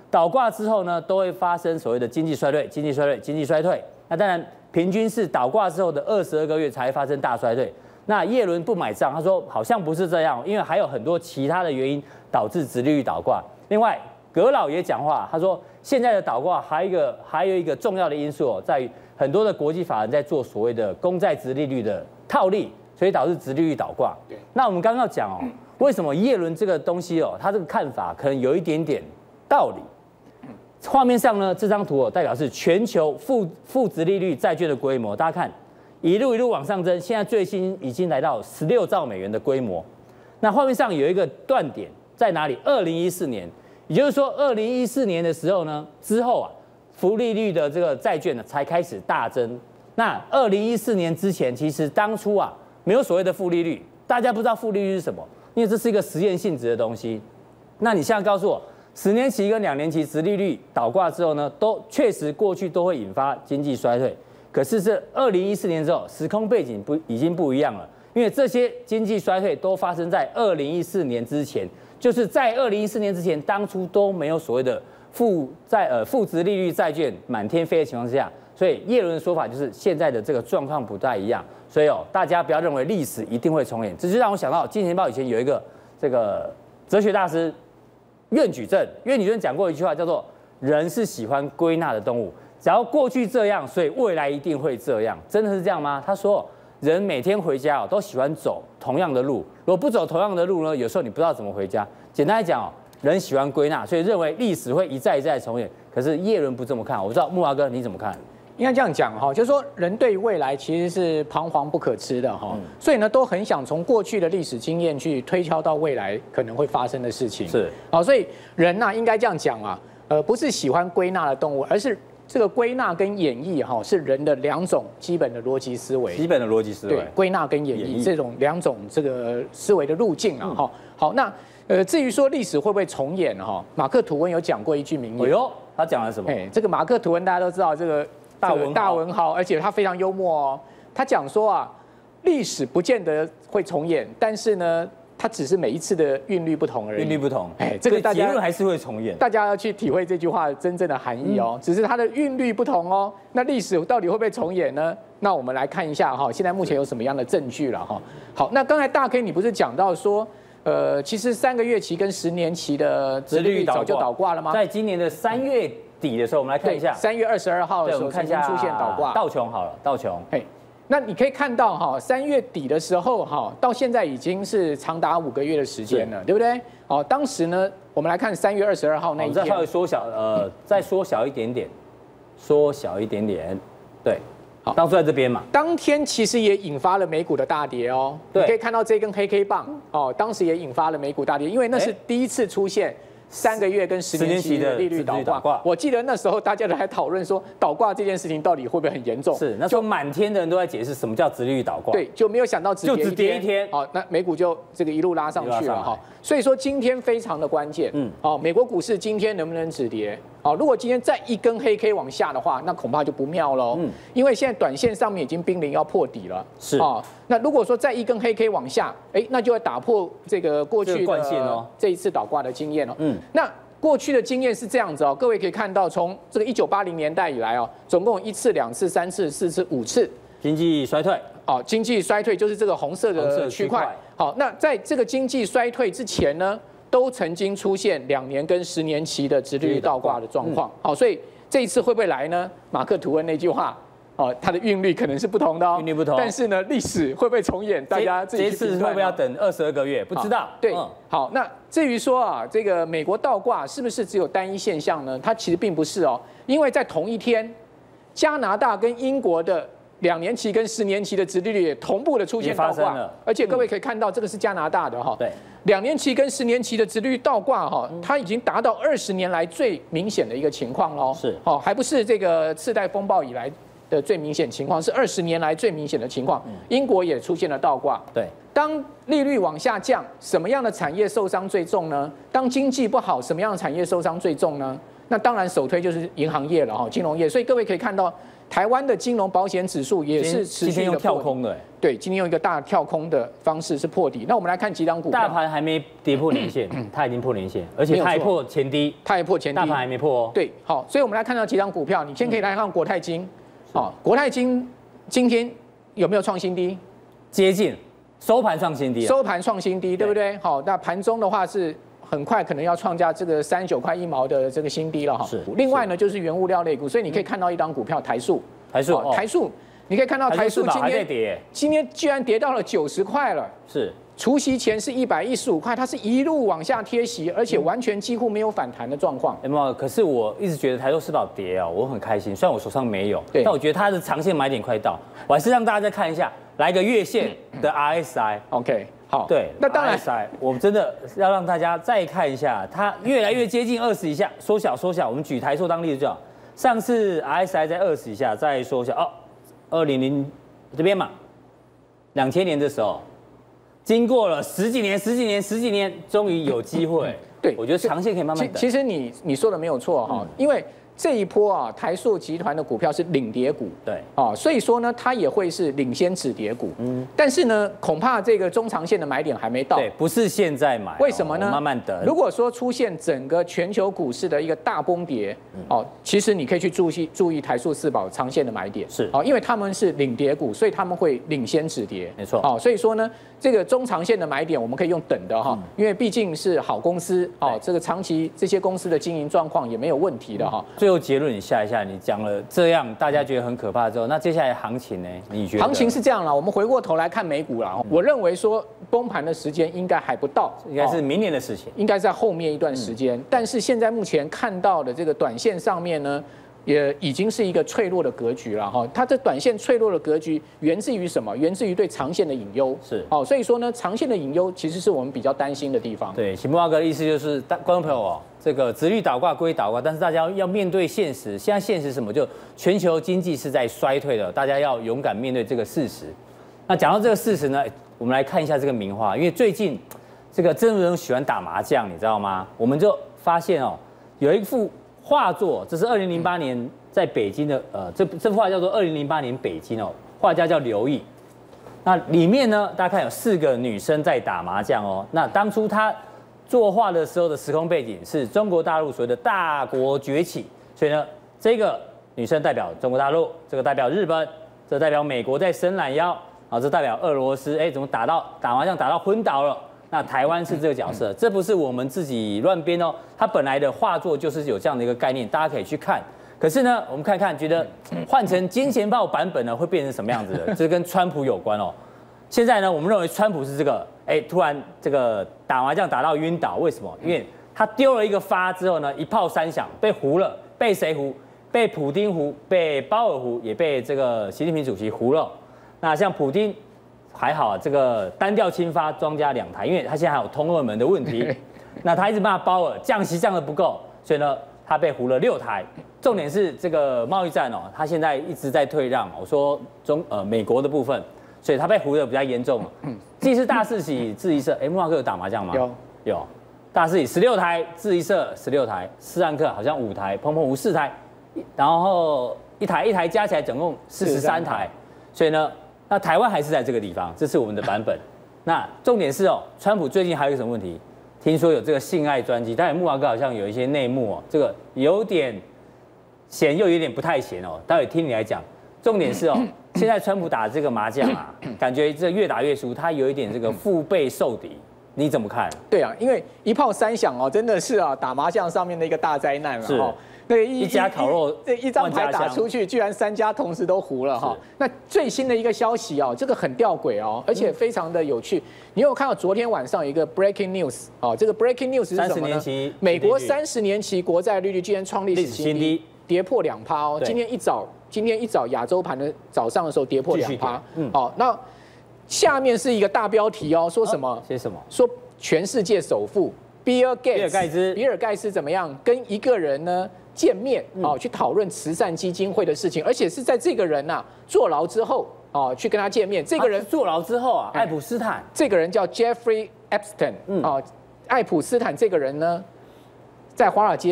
倒挂之后呢，都会发生所谓的经济衰退、经济衰退、经济衰退。那当然，平均是倒挂之后的二十二个月才发生大衰退。那耶伦不买账，他说好像不是这样，因为还有很多其他的原因导致殖利率倒挂。另外，葛老也讲话，他说现在的倒挂还有一个还有一个重要的因素哦，在于很多的国际法人在做所谓的公债殖利率的套利，所以导致殖利率倒挂。那我们刚刚讲哦，为什么耶伦这个东西哦，他这个看法可能有一点点道理。画面上呢，这张图哦，代表是全球负负殖利率债券的规模，大家看。一路一路往上增，现在最新已经来到十六兆美元的规模。那画面上有一个断点在哪里？二零一四年，也就是说，二零一四年的时候呢，之后啊，负利率的这个债券呢才开始大增。那二零一四年之前，其实当初啊没有所谓的负利率，大家不知道负利率是什么，因为这是一个实验性质的东西。那你现在告诉我，十年期跟两年期殖利率倒挂之后呢，都确实过去都会引发经济衰退。可是这二零一四年之后，时空背景不已经不一样了，因为这些经济衰退都发生在二零一四年之前，就是在二零一四年之前，当初都没有所谓的负债呃负值利率债券满天飞的情况之下，所以耶伦的说法就是现在的这个状况不太一样，所以哦，大家不要认为历史一定会重演，这就让我想到《金钱报》以前有一个这个哲学大师苑举正，苑举正讲过一句话，叫做“人是喜欢归纳的动物”。只要过去这样，所以未来一定会这样，真的是这样吗？他说，人每天回家哦，都喜欢走同样的路，如果不走同样的路呢，有时候你不知道怎么回家。简单来讲哦，人喜欢归纳，所以认为历史会一再一再重演。可是耶伦不这么看，我不知道木华哥你怎么看？ 应该这样讲哈，就是说人对于未来其实是彷徨不可知的哈，所以呢都很想从过去的历史经验去推敲到未来可能会发生的事情。 是， 好，所以人呐、啊、应该这样讲啊，呃，不是喜欢归纳的动物，而是这个归纳跟演绎哈是人的两种基本的逻辑思维。 基本的逻辑思维。 对，归纳跟演绎这种两种这个思维的路径啊哈、嗯。好，那呃至于说历史会不会重演哈，马克吐温有讲过一句名言。 哎呦，他讲了什么？ 哎，这个马克吐温大家都知道这个。大文大文豪，而且他非常幽默哦。他讲说啊，历史不见得会重演，但是呢，它只是每一次的韵律不同而已。韵律不同， 哎，这个大家结论还是会重演。 大家要去体会这句话真正的含义哦，嗯、只是它的韵律不同哦。那历史到底会不会重演呢？那我们来看一下哈，现在目前有什么样的证据了哈。好，那刚才大 K 你不是讲到说，呃，其实三个月期跟十年期的殖利率早就倒挂了吗？ 在今年的三月底的时候，我们来看一下， 三月二十二号的时候曾经出现倒挂。 道琼好了，道琼。 哎，那你可以看到哈，三月底的时候哈，到现在已经是长达五个月的时间了，对不对？哦，当时呢，我们来看三月二十二号那一天， 再稍微缩小，呃，再缩小一点点，缩小一点点，对。好，当初在这边嘛， 当天其实也引发了美股的大跌哦。你可以看到这根黑 K 棒哦，当时也引发了美股大跌，因为那是第一次出现。三个月跟十年期的利率倒挂，我记得那时候大家都还讨论说，倒挂这件事情到底会不会很严重？ 是，那时候满天的人都在解释什么叫殖利率倒挂。 对，就没有想到只就只跌一天， 好，那美股就这个一路拉上去了哈。所以说今天非常的关键，嗯，好，美国股市今天能不能止跌？好，如果今天再一根黑 K 往下的话，那恐怕就不妙喽。嗯，因为现在短线上面已经濒临要破底了。 是啊， 那如果说再一根黑 K 往下，哎，那就会打破这个过去的这一次倒挂的经验哦。嗯，那。过去的经验是这样子哦，各位可以看到，从这个一九八零年代以来哦，总共一次、两次、三次、四次、五次经济衰退。 哦，经济衰退就是这个红色的区块。好，那在这个经济衰退之前呢，都曾经出现两年跟十年期的殖利率倒挂的状况。好，所以这一次会不会来呢？马克吐温那句话。哦，它的韵律可能是不同的哦， 韵律不同。 但是呢，历史会不会重演？大家自己去评断。 这次会不会要等二十二个月？不知道。 对，好，那至于说啊，这个美国倒挂是不是只有单一现象呢？它其实并不是哦，因为在同一天，加拿大跟英国的两年期跟十年期的殖利率也同步的出现倒挂，而且各位可以看到，这个是加拿大的哈， 对， 两年期跟十年期的殖利率倒挂哈，它已经达到二十年来最明显的一个情况喽。 是， 哦，还不是这个次贷风暴以来的最明显情况，是二十年来最明显的情况。英国也出现了倒挂。 对， 当利率往下降，什么样的产业受伤最重呢？当经济不好，什么样的产业受伤最重呢？ 那当然首推就是银行业了哈，金融业。所以各位可以看到，台湾的金融保险指数也是持续的跳空的。 对，今天用一个大跳空的方式是破底。那我们来看几档股票， 大盘还没跌破年线，它已经破年线，而且它还破前低， 它还破前低， 大盘还没破哦。 对，好，所以我们来看到几档股票，你先可以来看国泰金，好，国泰金今天有没有创新低？ 接近，收盘创新低， 收盘创新低，对不对？好，那盘中的话是很快可能要创下这个三十九块一毛的这个新低了哈。 是。 另外呢，就是原物料类股，所以你可以看到一档股票台塑， 台塑， 台塑。你可以看到台塑今天跌， 今天居然跌到了九十块了。 是， 除息前是一百一十五块，它是一路往下贴息，而且完全几乎没有反弹的状况。 有没有？可是我一直觉得台塑四宝跌啊，我很开心。虽然我手上没有，但我觉得它的长线买点快到，我还是让大家再看一下，来个月线的 R S I。OK， 好， 对， 那当然 R S I， 我们真的要让大家再看一下，它越来越接近二十以下，缩小缩小。我们举台塑当例子就好，上次 R S I 在二十以下，再缩小哦，二零零。这边嘛，两千年的时候，经过了十几年、十几年、十几年，终于有机会。 对， 我觉得长线可以慢慢等。 其实你你说的没有错哈，因为这一波啊，台塑集团的股票是领跌股， 对， 啊，所以说呢，它也会是领先止跌股。嗯，但是呢，恐怕这个中长线的买点还没到。 对，不是现在买。 为什么呢？ 慢慢等。 如果说出现整个全球股市的一个大崩跌，哦，其实你可以去注意注意台塑四宝长线的买点。 是， 哦，因为他们是领跌股，所以他们会领先止跌。 没错。 哦，所以说呢，这个中长线的买点我们可以用等的哈，因为毕竟是好公司，哦，这个长期这些公司的经营状况也没有问题的哈。 最后结论你下一下，你讲了这样，大家觉得很可怕之后，那接下来行情呢？你觉得？ 行情是这样啦，我们回过头来看美股啦，我认为说崩盘的时间应该还不到， 应该是明年的事情， 应该在后面一段时间。但是现在目前看到的这个短线上面呢，也已经是一个脆弱的格局了哈。它这短线脆弱的格局源自于什么？源自于对长线的隐忧。 是， 哦，所以说呢，长线的隐忧其实是我们比较担心的地方。 对，喜木阿哥的意思就是，观众朋友哦，这个殖率倒挂归倒挂，但是大家要面对现实。现在现实什么？就全球经济是在衰退的，大家要勇敢面对这个事实。那讲到这个事实呢，我们来看一下这个名画，因为最近这个郑人喜欢打麻将，你知道吗？我们就发现哦，有一幅画作，这是二零零八年在北京的，呃，这这幅画叫做二零零八年北京哦，画家叫刘毅。那里面呢，大家看有四个女生在打麻将哦。那当初他作画的时候的时空背景是中国大陆所谓的大国崛起，所以呢，这个女生代表中国大陆，这个代表日本，这代表美国在伸懒腰。啊，这代表俄罗斯，哎，怎么打到打麻将打到昏倒了？那台湾是这个角色，这不是我们自己乱编哦，它本来的画作就是有这样的一个概念，大家可以去看。可是呢，我们看看，觉得换成金钱豹版本呢，会变成什么样子的？这跟川普有关哦。现在呢，我们认为川普是这个，哎，突然这个打麻将打到晕倒，为什么？因为他丢了一个发之后呢，一炮三响，被胡了，被谁胡？被普丁胡，被鲍尔胡，也被这个习近平主席胡了。那像普丁还好，这个单调轻发庄家两台，因为他现在还有通俄门的问题。那他一直骂鲍尔降息降得不够，所以呢，他被胡了六台。重点是这个贸易战哦，他现在一直在退让。我说中呃美国的部分，所以他被胡的比较严重。既是大四喜智一社，哎，木华哥有打麻将吗？ 有有，大四喜十六台，智一社十六台，斯兰克好像五台，澎澎湖四台，然后一台一台加起来总共四十三台，所以呢。那台湾还是在这个地方，这是我们的版本。那重点是哦，川普最近还有一个什么问题？听说有这个性爱专辑，当然木华哥好像有一些内幕哦，这个有点闲又有点不太闲哦。待会听你来讲。重点是哦，现在川普打这个麻将啊，感觉这越打越输，他有一点这个腹背受敌，你怎么看？ 对啊，因为一炮三响哦，真的是啊，打麻将上面的一个大灾难了哈。对， 一家烤肉， 这一张牌打出去，居然三家同时都胡了哈。那最新的一个消息哦，这个很吊诡哦，而且非常的有趣。你有看到昨天晚上有一个 breaking news 哦，这个 breaking news 是什么呢？美国三十年期国债利率居然创历史新低，跌破两趴哦。今天一早，今天一早亚洲盘的早上的时候跌破两趴。嗯，哦，那下面是一个大标题哦，说什么？ 写什么？ 说全世界首富比尔盖茨， 比尔盖茨， 比尔盖茨怎么样？跟一个人呢？见面哦，去讨论慈善基金会的事情，而且是在这个人呐、啊、坐牢之后哦，去跟他见面。这个人、 啊、坐牢之后啊，爱普斯坦， 这个人叫 Jeffrey Epstein，嗯，哦，爱普斯坦这个人呢，在华尔街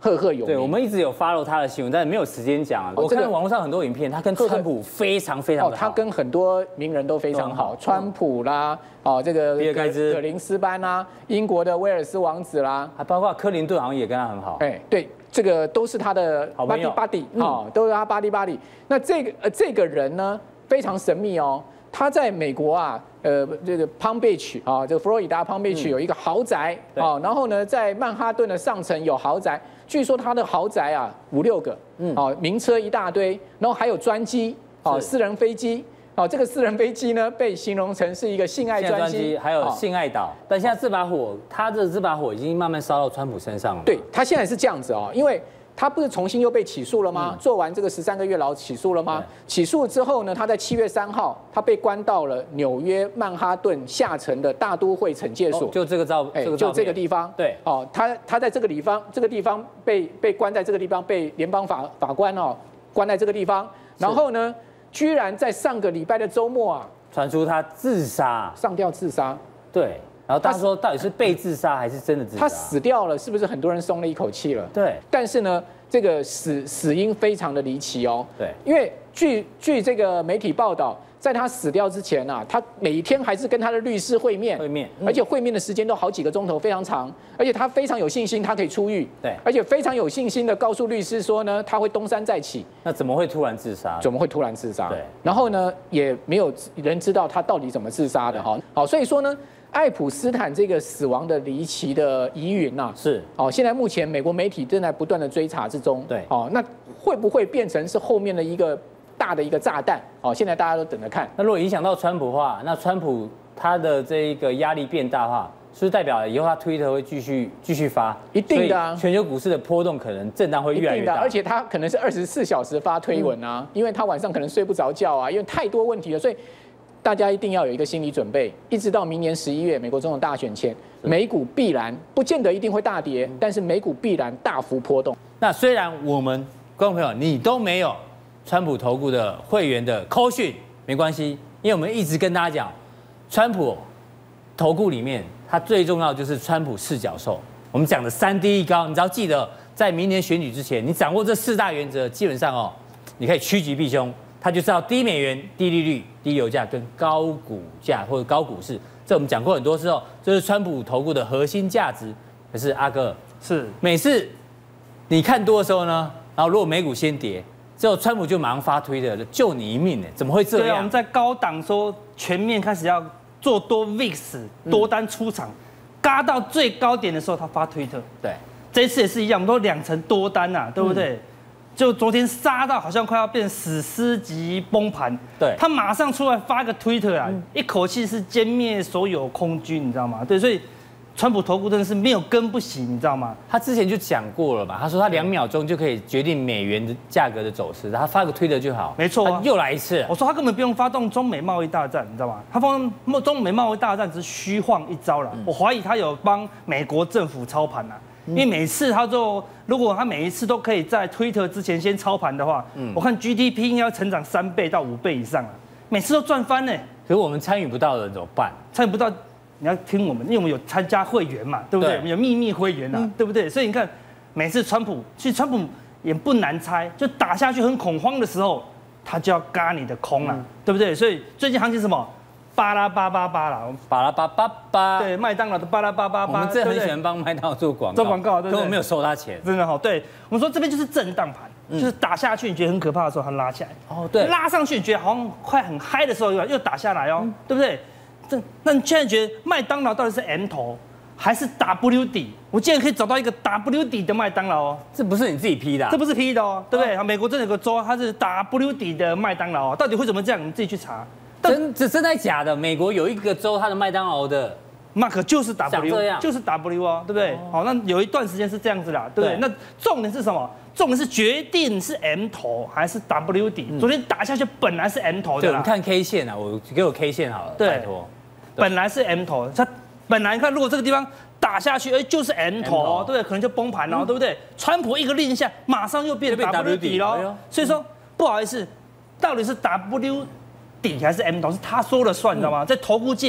赫赫有名。 对，我们一直有 follow 他的新闻，但是没有时间讲啊。我看网络上很多影片，他跟川普非常非常的好。 他跟很多名人都非常好，川普啦，哦，这个比尔盖茨、 葛林斯班啦，英国的威尔斯王子啦， 还包括克林顿好像也跟他很好。 哎，对，这个都是他的 buddy buddy 哦，都是他 buddy buddy。那这个呃这个人呢非常神秘哦，他在美国啊。呃，这个 Palm Beach 啊，这个佛罗里达 Palm Beach 有一个豪宅啊，然后呢，在曼哈顿的上层有豪宅，据说他的豪宅啊五六个，嗯，哦，名车一大堆，然后还有专机，哦，私人飞机，哦，这个私人飞机呢被形容成是一个性爱专机， 还有性爱岛，但现在这把火，他的这把火已经慢慢烧到川普身上了。 对，他现在是这样子哦，因为。他不是重新又被起诉了吗？做完这个十三个月牢起诉了吗？起诉之后呢，他在七月三号，他被关到了纽约曼哈顿下城的大都会惩戒所， 就这个照，哎， 就这个地方。 对， 哦，他他在这个地方，这个地方被被关在这个地方，被联邦法法官哦关在这个地方。然后呢，居然在上个礼拜的周末啊， 传出他自杀， 上吊自杀。 对。然后他说，到底是被自杀还是真的自杀？ 他死掉了，是不是很多人松了一口气了？ 对。 但是呢，这个死死因非常的离奇哦。 对。 因为据据这个媒体报道，在他死掉之前啊，他每天还是跟他的律师会面， 会面， 嗯、而且会面的时间都好几个钟头，非常长。而且他非常有信心，他可以出狱。 对。 而且非常有信心的告诉律师说呢，他会东山再起。 那怎么会突然自杀？ 怎么会突然自杀？ 对。 然后呢，也没有人知道他到底怎么自杀的哈。好，所以说呢。爱普斯坦这个死亡的离奇的疑云呐， 是哦，现在目前美国媒体正在不断的追查之中。 对， 哦，那会不会变成是后面的一个大的一个炸弹？哦，现在大家都等着看。 那如果影响到川普的话，那川普他的这一个压力变大的话，是不是代表以后他推特会继续继续发？ 一定的啊， 全球股市的波动可能震荡会越来越大。 而且他可能是二十四小时发推文啊，嗯、因为他晚上可能睡不着觉啊，因为太多问题了，所以。大家一定要有一个心理准备，一直到明年十一月美国总统大选前，美股必然不见得一定会大跌，但是美股必然大幅波动。 那虽然我们观众朋友你都没有川普投顾的会员的扣讯，没关系，因为我们一直跟大家讲，川普投顾里面它最重要就是川普四角兽。我们讲的三低一高，你只要记得，在明年选举之前，你掌握这四大原则，基本上哦，你可以趋吉避凶。它就是要低美元、低利率、低油价跟高股价或者高股市，这我们讲过很多次哦，这是川普投顾的核心价值。可是阿哥是每次你看多的时候呢，然后如果美股先跌，之后川普就马上发推的救你一命呢？怎么会这样？ 对啊，我们在高档说全面开始要做多 V I X 多单出场，嘎到最高点的时候，他发推特。 对， 这一次也是一样，我们都两成多单呐、啊，对不对？嗯就昨天杀到好像快要变史诗级崩盘， 对， 他马上出来发个推特啊，嗯、一口气是歼灭所有空军，你知道吗？对，所以川普投顾真的是没有跟不行，你知道吗？ 他之前就讲过了嘛，他说他两秒钟就可以决定美元的价格的走势，他发个推特就好。 没错、啊， 又来一次。 我说他根本不用发动中美贸易大战，你知道吗？他发动中美贸易大战只是虚晃一招了。嗯、我怀疑他有帮美国政府操盘呐。因为每次他就，如果他每一次都可以在推特之前先操盘的话，嗯、我看 G D P 应该要成长三倍到五倍以上啊，每次都赚翻呢。 可是我们参与不到的人怎么办？ 参与不到，你要听我们，因为我们有参加会员嘛，对不对？对我们有秘密会员啊，嗯、对不对？所以你看，每次川普，其实川普也不难猜，就打下去很恐慌的时候，他就要嘎你的空了，嗯、对不对？所以最近行情什么？巴拉巴巴巴啦， 巴拉巴巴巴， 对，麦当劳的巴拉巴巴巴， 我们真的很喜欢帮麦当劳做广告， 做广告，对不对？ 可我没有收他钱， 真的好。对，我们说这边就是震荡盘，嗯、就是打下去你觉得很可怕的时候，它拉起来， 哦，对， 拉上去你觉得好像快很嗨的时候，又又打下来哦，嗯、对不对？这那你现在觉得麦当劳到底是 M 头还是 W 底？我竟然可以找到一个 W 底的麦当劳哦， 这不是你自己批的、啊， 这不是批的哦，对不对？哦、美国真的有个州，它是 W 底的麦当劳哦，到底为什么这样？你自己去查。 真这真的假的？美国有一个州，它的麦当劳的 mark 就是 W， 就是 W 哦，对不对？好、哦，那有一段时间是这样子啦，对不对？对那重点是什么？重点是决定是 M 头还是 W 底。嗯、昨天打下去本来是 M 头的啦。 对，你看 K 线啊，我给我 K 线好了，拜托。 本来是 M 头，它本来你看，如果这个地方打下去，哎，就是 M 头哦，对不对？可能就崩盘了，嗯、对不对？川普一个令下，马上又变 W 底喽。哎、所以说，不好意思，到底是 W 底还是 M 头是他说了算，你知道吗？在投顾界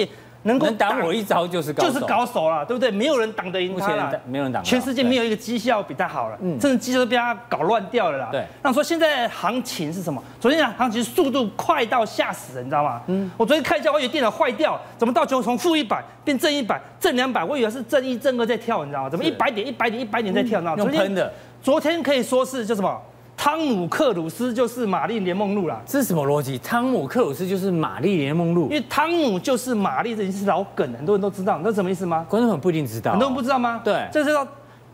能够能挡我一招就是高手， 就是高手啦，对不对？没有人挡得赢他啦， 没有人挡， 全世界没有一个绩效比他好了，嗯，甚至绩效都被他搞乱掉了啦。 对， 那说现在行情是什么？昨天讲行情速度快到吓死人，你知道吗？嗯，我昨天看一下，我以为电脑坏掉，怎么道琼从负一百变正一百，正两百，我以为是正一正二在跳，你知道吗？怎么一百点、一百点、一百点在跳？你知道吗？ 用喷的。 昨天可以说是叫什么？汤姆克鲁斯就是玛丽莲梦露啦， 这是什么逻辑？汤姆克鲁斯就是玛丽莲梦露， 因为汤姆就是玛丽，这已经是老梗，很多人都知道，你知道什么意思吗？ 观众朋友不一定知道， 很多人不知道吗？ 对， 这叫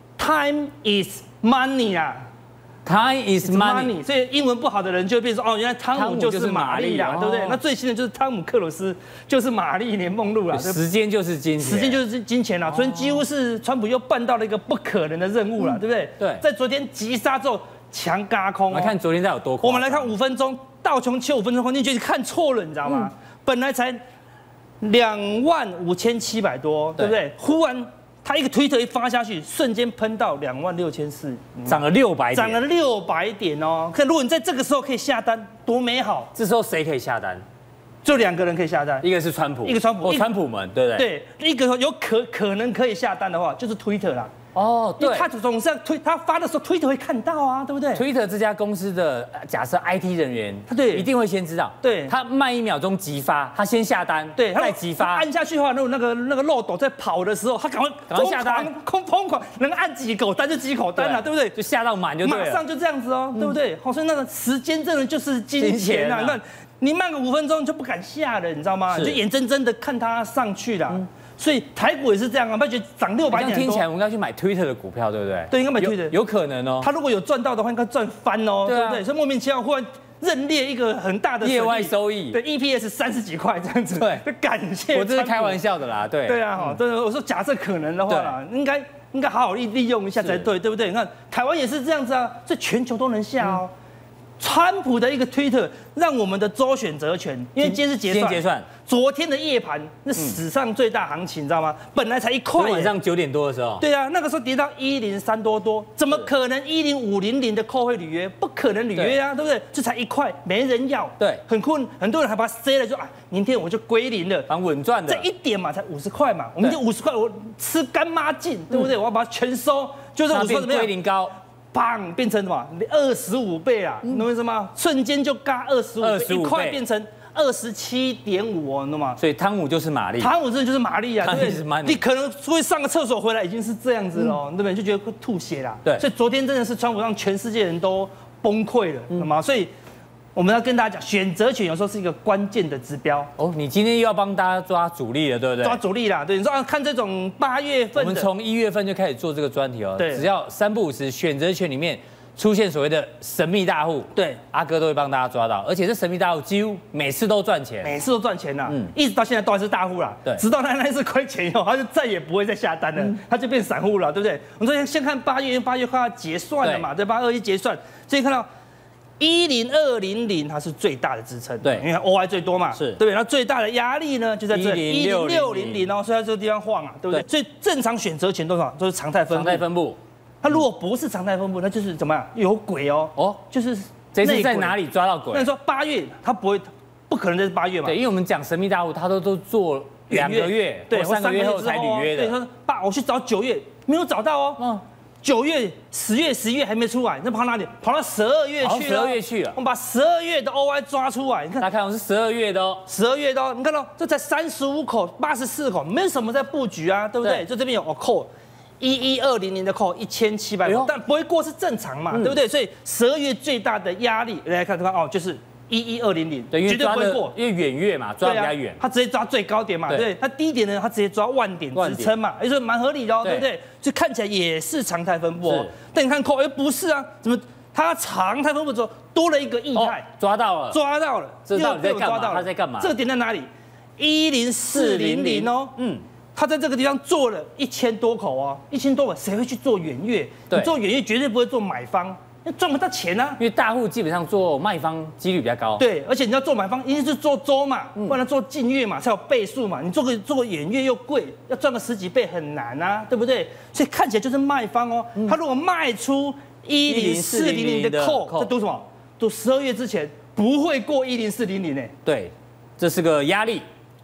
time is money 啊 ，time is money， 所以英文不好的人就会变成说，哦，原来汤姆就是玛丽啦，对不对？那最新的就是汤姆克鲁斯就是玛丽莲梦露啦， 时间就是金钱， 时间就是金钱啦，昨天几乎是川普又办到了一个不可能的任务了，对不对？ 对， 在昨天急杀之后。强嘎空、哦， 来看昨天在有多空。 我们来看五分钟，道琼切五分钟黄金，觉得看错了，你知道吗？嗯、本来才两万五千七百多，对不对？忽然他一个推特一发下去，瞬间喷到两万六千四， 涨了六百， 涨了六百点哦。可如果你在这个时候可以下单，多美好！ 这时候谁可以下单？ 就两个人可以下单， 一个是川普， 一个川普， 哦，川普们，对不对？ 对，一个有可可能可以下单的话，就是 Twitter 啦。 哦，对， 他总是要推，他发的时候推特会看到啊，对不对？ 推特这家公司的假设 I T 人员， 对， 一定会先知道， 对， 他慢一秒钟急发，他先下单， 对， 再急发， 按下去的话，那那个那个漏斗在跑的时候，他赶快赶快下单， 空疯狂，能按几口单就几口单了，对不对？ 就下到满就对了， 马上就这样子哦，对不对？好，所以那个时间真的就是金钱啊，那你慢个五分钟就不敢下了，你知道吗？你就眼睁睁的看它上去了。所以台股也是这样啊，不觉得涨六百点？ 听起来我们应该去买 Twitter 的股票，对不对？ 对，应该买 Twitter， 有, 有可能哦。 他如果有赚到的话，应该赚翻哦，对不对？所以莫名其妙忽然认列一个很大的业外收益， 对 E P S 三十几块这样子， 对， 感谢。 我这是开玩笑的啦，对。 对啊，哈，真的，我说假设可能的话啦，应该应该好好利利用一下才对，对不对？你看台湾也是这样子啊，这全球都能下哦。川普的一个推特让我们的周选择权，因为今天是结算， 今天结算， 昨天的夜盘那史上最大行情，你知道吗？本来才一块， 晚上九点多的时候， 对啊，那个时候跌到一零三多多，怎么可能一零五零零的扣会履约？不可能履约啊，对不对？这才一块，没人要， 对， 很困，很多人还把它塞了，说啊，明天我就归零了， 蛮稳赚的， 这一点嘛，才五十块嘛，我们就五十块，我吃干妈净，对不对？我要把它全收，就是五十块怎么样？ 归零高。 砰，变成什么？二十五倍啊，你懂我意思吗？瞬间就嘎二十五倍，一块变成二十七点五哦，你懂吗？ 所以汤姆就是玛丽， 汤姆真的就是玛丽啊，对，你可能会上个厕所回来已经是这样子了，对不对？就觉得会吐血啦。 对， 所以昨天真的是川普让全世界人都崩溃了，懂吗？所以我们要跟大家讲，选择权有时候是一个关键的指标。 哦，你今天又要帮大家抓主力了，对不对？ 抓主力啦，对，你说啊，看这种八月份的， 我们从一月份就开始做这个专题哦， 对， 只要三不五时选择权里面出现所谓的神秘大户， 对， 阿哥都会帮大家抓到，而且这神秘大户几乎每次都赚钱， 每次都赚钱呐，嗯，一直到现在都还是大户啦， 对， 直到他那一次亏钱以后，他就再也不会再下单了，嗯、他就变散户了，对不对？我们说先看八月，因为八月快要结算了嘛，对吧？二一结算，所以看到一零二零零它是最大的支撑， 对， 因为 O I 最多嘛， 是， 对不对？那最大的压力呢就在这里一零六零零哦，所以在这个地方晃啊，对不对？所以正常选择权多少都是常态分布， 常态分布。 它如果不是常态分布，那就是怎么样？有鬼哦！哦，就是这次在哪里抓到鬼？ 那你说八月，它不会，不可能在八月嘛？ 对，因为我们讲神秘大户，他都都做两个月， 对， 三个月后才履约的。 对，他说爸，我去找九月，没有找到哦。嗯，九月、十月、十一月还没出来，那跑哪里？跑到十二月去了。 十二月去了。 我们把十二月的 O I 抓出来，你看， 大家看，我是十二月的哦， 十二月的哦，你看到这才三十五口、八十四口，没什么在布局啊，对不对？就这边有哦扣。一一二零零的扣一千七百，但不会过是正常嘛，嗯、对不对？所以十二月最大的压力来看看哦，就是一一二零零， 对，绝对不会过，因为远月嘛，抓比较远， 他、啊、直接抓最高点嘛，对不对？他低点呢，他直接抓万点支撑嘛，也就是蛮合理的哦，对不对？就看起来也是常态分布哦，但你看扣，哎，不是啊，怎么它常态分布之后多了一个异态、哦， 抓到了， 抓到了， 这到底在干嘛？他在干嘛？ 这个点在哪里？一零四零零哦，嗯。他在这个地方做了一千多口哦，一千多口，谁会去做远月？你做远月绝对不会做买方，因为赚不到钱啊。 因为大户基本上做卖方几率比较高。 对，而且你要做买方，一定是做周嘛，不然做近月嘛才有倍数嘛。你做个做个远月又贵，要赚个十几倍很难啊，对不对？所以看起来就是卖方哦。他如果卖出一零四零零的扣，这赌什么？赌十二月之前不会过一零四零零呢？ 对，这是个压力。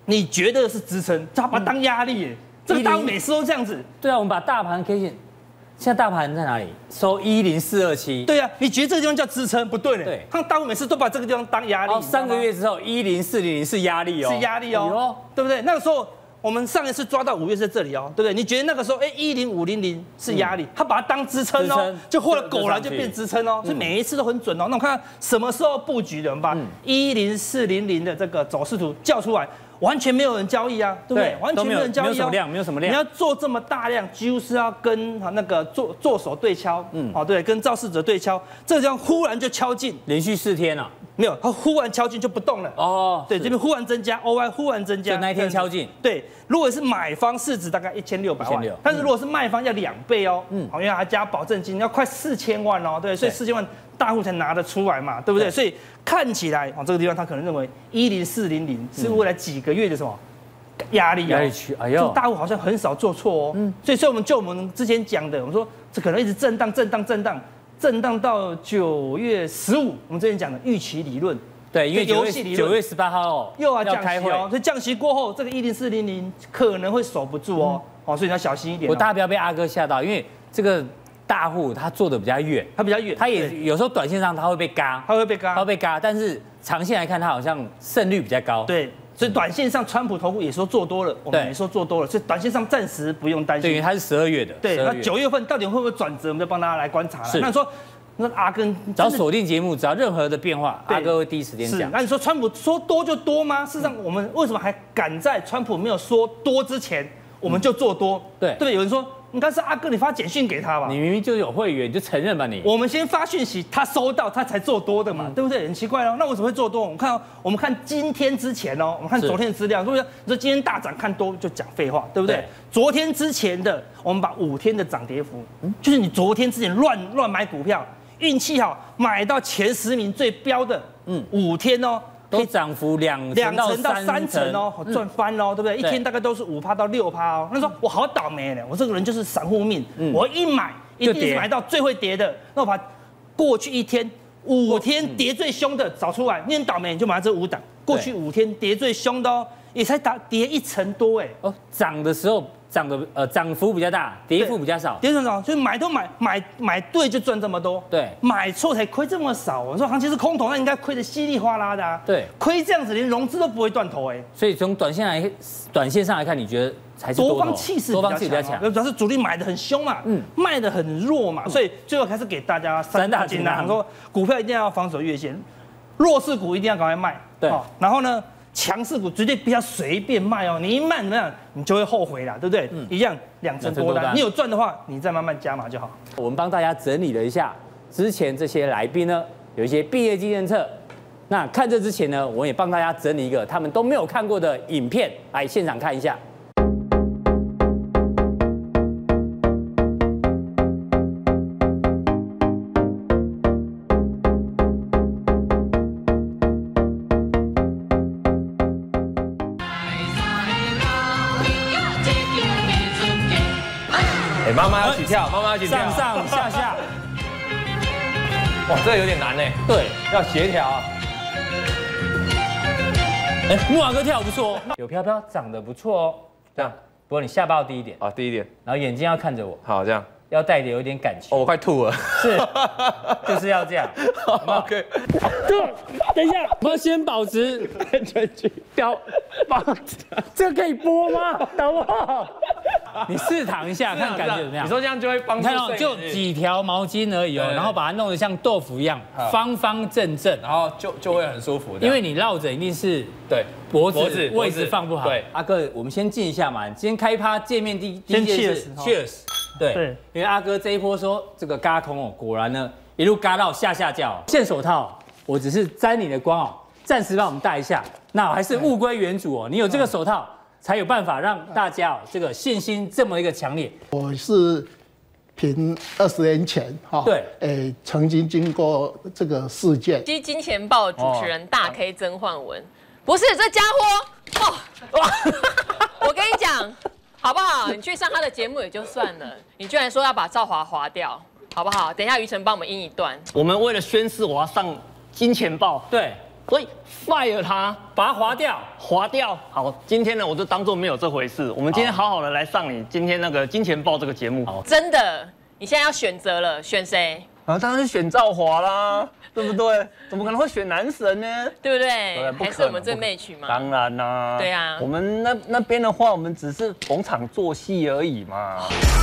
你觉得是支撑，他把它当压力耶。这个大户每次都这样子。 对啊，我们把大盘 K 线，现在大盘在哪里？收一零四二七。 对啊，你觉得这个地方叫支撑？不对嘞。 对， 他们大户每次都把这个地方当压力。 哦，三个月之后一零四零零是压力哦， 是压力哦，对不对？那个时候。我们上一次抓到五月是这里哦，对不对？你觉得那个时候，哎，一零五零零是压力，他把它当支撑哦，就或者狗来就变支撑哦，所以每一次都很准哦。那我看什么时候布局的，我们把一零四零零的这个走势图叫出来，完全没有人交易啊，对不对？完全没有人交易， 没有什么量，没有什么量。 你要做这么大量，几乎是要跟那个做做手对敲，嗯，哦对，跟肇事者对敲，这个地方忽然就敲进， 连续四天了。 没有，它忽然敲进就不动了。哦，对，这边忽然增加 ，O Y 忽然增加， 就那一天敲进。 对，如果是买方市值大概一千六百万，但是如果是卖方要两倍哦，嗯，好，因为还加保证金，要快四千万哦，对，所以四千万大户才拿得出来嘛，对不对？所以看起来，哦，这个地方他可能认为一零四零零是未来几个月的什么压力？ 压力区，哎呦， 大户好像很少做错哦，嗯，所以所以我们就我们之前讲的，我们说这可能一直震荡、震荡、震荡。震荡到九月十五，我们之前讲的预期理论， 对，因为九月九月十八号哦又要降息哦，所以降息过后，这个一零四零零可能会守不住哦，哦，所以你要小心一点。 我大家不要被阿哥吓到，因为这个大户他做的比较远， 他比较远， 他也有时候短线上他会被嘎， 他会被嘎， 他会被嘎，但是长线来看，他好像胜率比较高。 对。所以短线上，川普投顾也说做多了，我们也说做多了，所以短线上暂时不用担心。 对，因为它是十二月的。 对，那九月份到底会不会转折，我们就帮大家来观察了。那说，那阿根只要锁定节目，只要任何的变化，阿哥会第一时间讲。 那你说川普说多就多吗？事实上，我们为什么还敢在川普没有说多之前，我们就做多？对，对不对？有人说。应该是阿哥，你发简讯给他吧？ 你明明就有会员，你就承认吧你。 我们先发讯息，他收到，他才做多的嘛，嗯、对不对？很奇怪哦，那为什么会做多？我们看，我们看今天之前哦，我们看昨天的资料，是不是？你说今天大涨看多就讲废话，对不对？对昨天之前的，我们把五天的涨跌幅，嗯、就是你昨天之前乱乱买股票，运气好买到前十名最标的，嗯，五天哦。 都涨幅两两成到三成哦，赚翻喽，对不对？一天大概都是五趴到六趴哦。那时候我好倒霉呢，我这个人就是散户命，我一买一定是买到最会跌的。那我把过去一天五天跌最凶的找出来，你很倒霉，你就买这五档。过去五天跌最凶的哦，也才打跌一成多哎。 哦，涨的时候涨的呃涨幅比较大，跌幅比较少。 跌幅少，所以买都买买买对就赚这么多， 对， 买错才亏这么少。我说行情是空头，那应该亏得稀里哗啦的啊。 对， 亏这样子连融资都不会断头哎。 所以从短线来短线上来看，你觉得还是多方气势多方气比较强， 主要是主力买的很凶嘛，嗯，卖的很弱嘛，所以最后还是给大家三大金啊，说股票一定要防守月线，弱势股一定要赶快卖，对，然后呢？强势股绝对不要随便卖哦，你一卖怎么样，你就会后悔啦，对不对？嗯、一样两成多单，你有赚的话，你再慢慢加码就好。 我们帮大家整理了一下之前这些来宾呢，有一些毕业纪念册。那看这之前呢，我也帮大家整理一个他们都没有看过的影片，来现场看一下。 妈妈要起跳，妈妈要起跳， 上上下下， 哇，这个有点难呢。 对， 要协调。 哎，木华哥跳不错哦，有飘飘长得不错哦。这样，不过你下巴要低一点啊，低一点， 然后眼睛要看着我。 好，这样。 要带点有点感情。 哦，我快吐了。 是，就是要这样。 OK。 等一下，我们先保持安全距标，保这个可以播吗？好不好？你试躺一下，看感觉怎么样？ 你说这样就会帮助。 你看哦，就几条毛巾而已哦，然后把它弄得像豆腐一样，方方正正， 然后就就会很舒服。 因为你绕着一定是对脖子位置放不好。对，阿哥，我们先静一下嘛。今天开趴见面第第一件事 ，Cheers。对，因为阿哥这一波说这个嘎空哦，果然呢一路嘎到下下叫。现手套，我只是沾你的光哦，暂时帮我们戴一下。那我还是物归原主哦，你有这个手套，才有办法让大家哦这个信心这么一个强烈。 我是凭二十年前哈， 对， 诶曾经经过这个事件。 基金钱报主持人大 K 曾焕文，不是这家伙哦，我跟你讲。好不好？你去上他的节目也就算了，你居然说要把赵华划掉，好不好？等一下于晨帮我们印一段。 我们为了宣誓，我要上金钱豹。 对， 所以 fire 他， 把它划掉， 划掉。好，今天呢，我就当做没有这回事。我们今天好好的来上你今天那个金钱豹这个节目。 真的，你现在要选择了，选谁？ 啊，当然是选赵华啦，对不对？怎么可能会选男神呢？ 对不对？ 对不可能还是我们最 match 嘛？ 当然啦。 对啊， 我们那那边的话，我们只是逢场作戏而已嘛。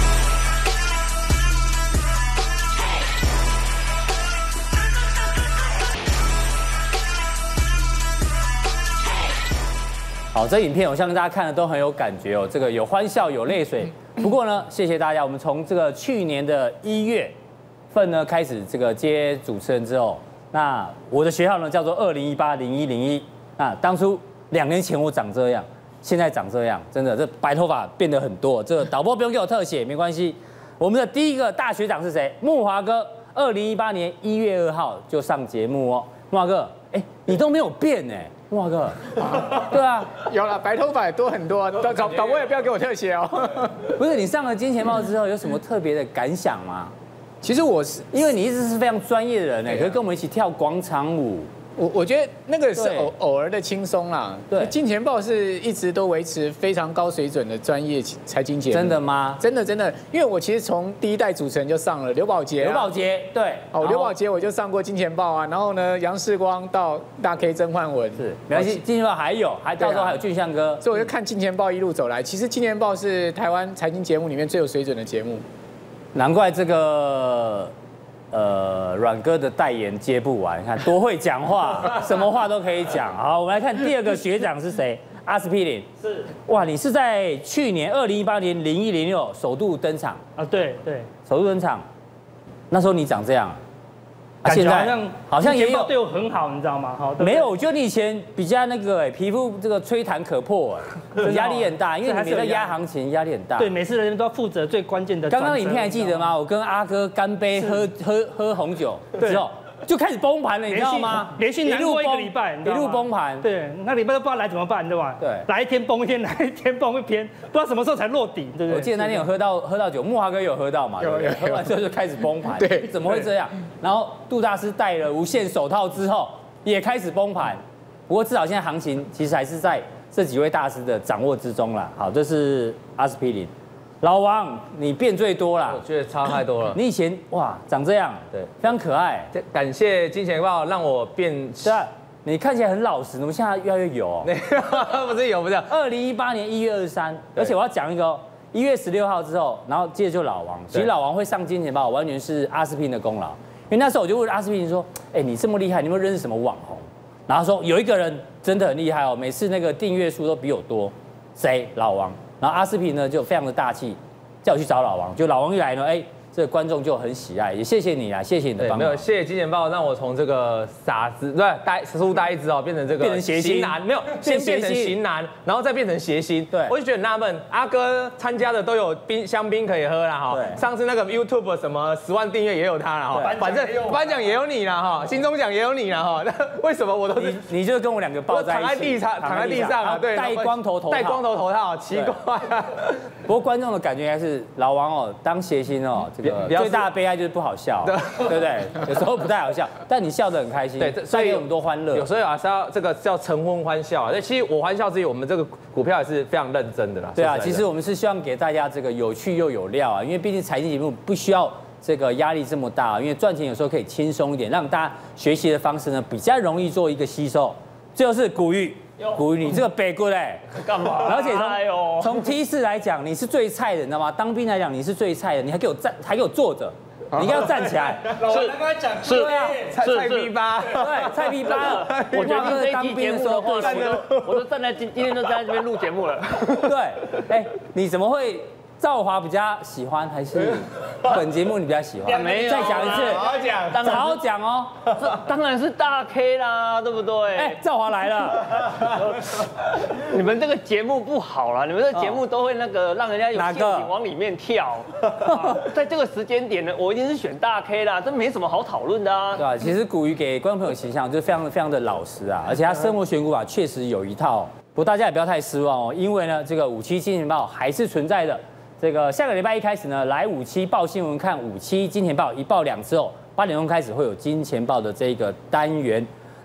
好，这影片我相信大家看的都很有感觉哦，这个有欢笑有泪水。不过呢，谢谢大家，我们从这个去年的一月份呢开始这个接主持人之后，那我的学校呢叫做二零一八零一零一。那当初两年前我长这样，现在长这样，真的这白头发变得很多。这个导播不用给我特写，没关系。我们的第一个大学长是谁？木华哥，二零一八年一月二号就上节目哦。木华哥，哎，你都没有变哎。木华哥，对啊， 有了，白头发也多很多，导导导播也不要给我特写哦。 不是你上了金钱豹之后有什么特别的感想吗？ 其实我是因为你一直是非常专业的人呢，可是跟我们一起跳广场舞。 我我觉得那个是偶偶尔的轻松啦。 对， 金钱豹是一直都维持非常高水准的专业财经节目。 真的吗？ 真的真的，因为我其实从第一代主持人就上了刘宝杰、 刘宝杰对， 哦，刘宝杰我就上过金钱豹啊，然后呢，杨世光到大 K 曾焕文， 是没关系，金钱豹还有，还到时候还有俊相哥， 所以我就看金钱豹一路走来。其实金钱豹是台湾财经节目里面最有水准的节目， 难怪这个。呃，阮哥的代言接不完，你看多会讲话，什么话都可以讲。好，我们来看第二个学长是谁？阿司匹林。 是。 哇，你是在去年二零一八年零一零六首度登场啊？对对， 首度登场，那时候你长这样。 感觉好像好像也有对我很好，你知道吗？好， 没有，我觉得你以前比较那个哎，皮肤这个吹弹可破哎，压力很大，因为你在压行情，压力很大。 对，每次人都要负责最关键的。 刚刚影片还记得吗？我跟阿哥干杯，喝喝喝红酒之后。就开始崩盘了，你知道吗？ 连续难过一个礼拜， 一路崩盘。 对，那礼拜都不知道来怎么办，对吧？ 对， 来一天崩一天，来一天崩一天，不知道什么时候才落底，对不对？ 我记得那天有喝到喝到酒，木华哥有喝到嘛？ 有有。 喝完之后就开始崩盘， 对， 怎么会这样？然后杜大师戴了无线手套之后，也开始崩盘。不过至少现在行情其实还是在这几位大师的掌握之中了。好，这是阿司匹林。老王，你变最多啦！ 我觉得差太多了。 你以前哇长这样，对，非常可爱。 感谢金钱豹让我变， 对啊，你看起来很老实，怎么现在越来越油？ 不是油，不是。 二零一八年一月二十三，而且我要讲一个，一月十六号之后，然后接着就老王。其实老王会上金钱豹，完全是阿司匹林的功劳。因为那时候我就问阿司匹林说：“哎，你这么厉害，你有没有认识什么网红？”然后说有一个人真的很厉害哦，每次那个订阅数都比我多，谁？老王。然后阿司匹林呢就非常的大气，叫我去找老王。就老王一来呢，哎，这个观众就很喜爱，也谢谢你啊，谢谢你的帮忙。 没有，谢谢金钱豹让我从这个傻子对呆书呆子哦，变成这个变成谐星型男，没有，先变成型男，然后再变成谐星。 对， 我就觉得很纳闷，阿哥参加的都有冰香槟可以喝啦哈。上次那个 YouTube 什么十万订阅也有他啦哈，反正颁奖也有你啦哈，金钟奖也有你啦哈。那为什么我都是你你就跟我两个抱在一起， 躺在地上，躺在地上啊，对， 戴光头头套， 戴光头头套，奇怪。 不过观众的感觉还是老王哦，当谐星哦，这个最大的悲哀就是不好笑，对不对？有时候不太好笑，但你笑得很开心，对，所以有很多欢乐。 有时候还是要这个叫晨昏欢笑啊。那其实我欢笑之余，我们这个股票也是非常认真的啦。 对啊，其实我们是希望给大家这个有趣又有料啊，因为毕竟财经节目不需要这个压力这么大，因为赚钱有时候可以轻松一点，让大家学习的方式呢比较容易做一个吸收。最后是古玉。古玉，你这个北姑嘞， 干嘛？ 而且从从 T 四来讲，你是最菜的，你知道吗？当兵来讲，你是最菜的，你还给我站，还给我坐着，你应该要站起来。 老王刚才讲是， 对啊， 菜菜逼八， 对，菜逼八。 我觉得这一期节目的话，我都我都站在今今天都站在这边录节目了。 对，哎，你怎么会？赵华比较喜欢还是本节目你比较喜欢？ 没有， 再讲一次， 好好讲， 好好讲哦。 这当然是大 K 啦，对不对？ 哎，赵华来了。 你们这个节目不好啦，你们这个节目都会那个让人家有陷阱往里面跳。在这个时间点呢，我一定是选大 K 啦，这没什么好讨论的啊。 对啊，其实古鱼给观众朋友形象就是非常非常的老实啊，而且他生活选股法确实有一套。不过大家也不要太失望哦，因为呢，这个五七金钱豹还是存在的。这个下个礼拜一开始呢，来五七报新闻看五七金钱豹一报两之后，八点钟开始会有金钱豹的这个单元。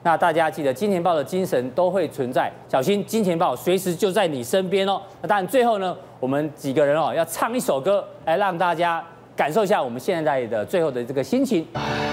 那大家记得金钱豹的精神都会存在，小心金钱豹随时就在你身边哦。那当然最后呢，我们几个人哦要唱一首歌来让大家感受一下我们现在的最后的这个心情。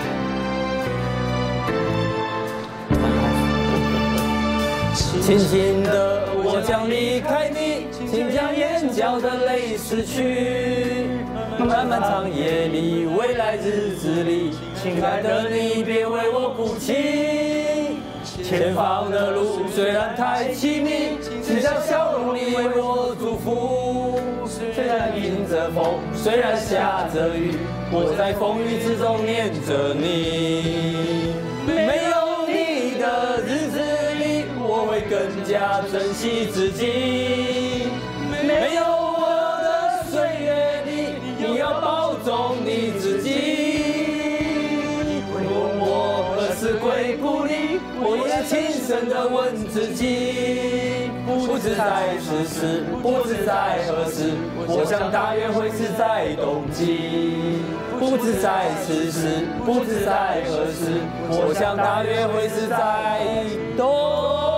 轻轻的，我将离开你，请将眼角的泪拭去。漫漫长夜里，未来日子里，亲爱的你别为我哭泣。前方的路虽然太凄迷，至少笑容里为我祝福。虽然迎着风，虽然下着雨，我在风雨之中念着你。没有你的日子里，我会更加珍惜自己。没有我的岁月里，你要保重你自己。问我何时归故里，我也轻声地问自己。不知在此时，不知在何时，我想大约会是在冬季。不知在此时，不知在何时，我想大约会是在冬。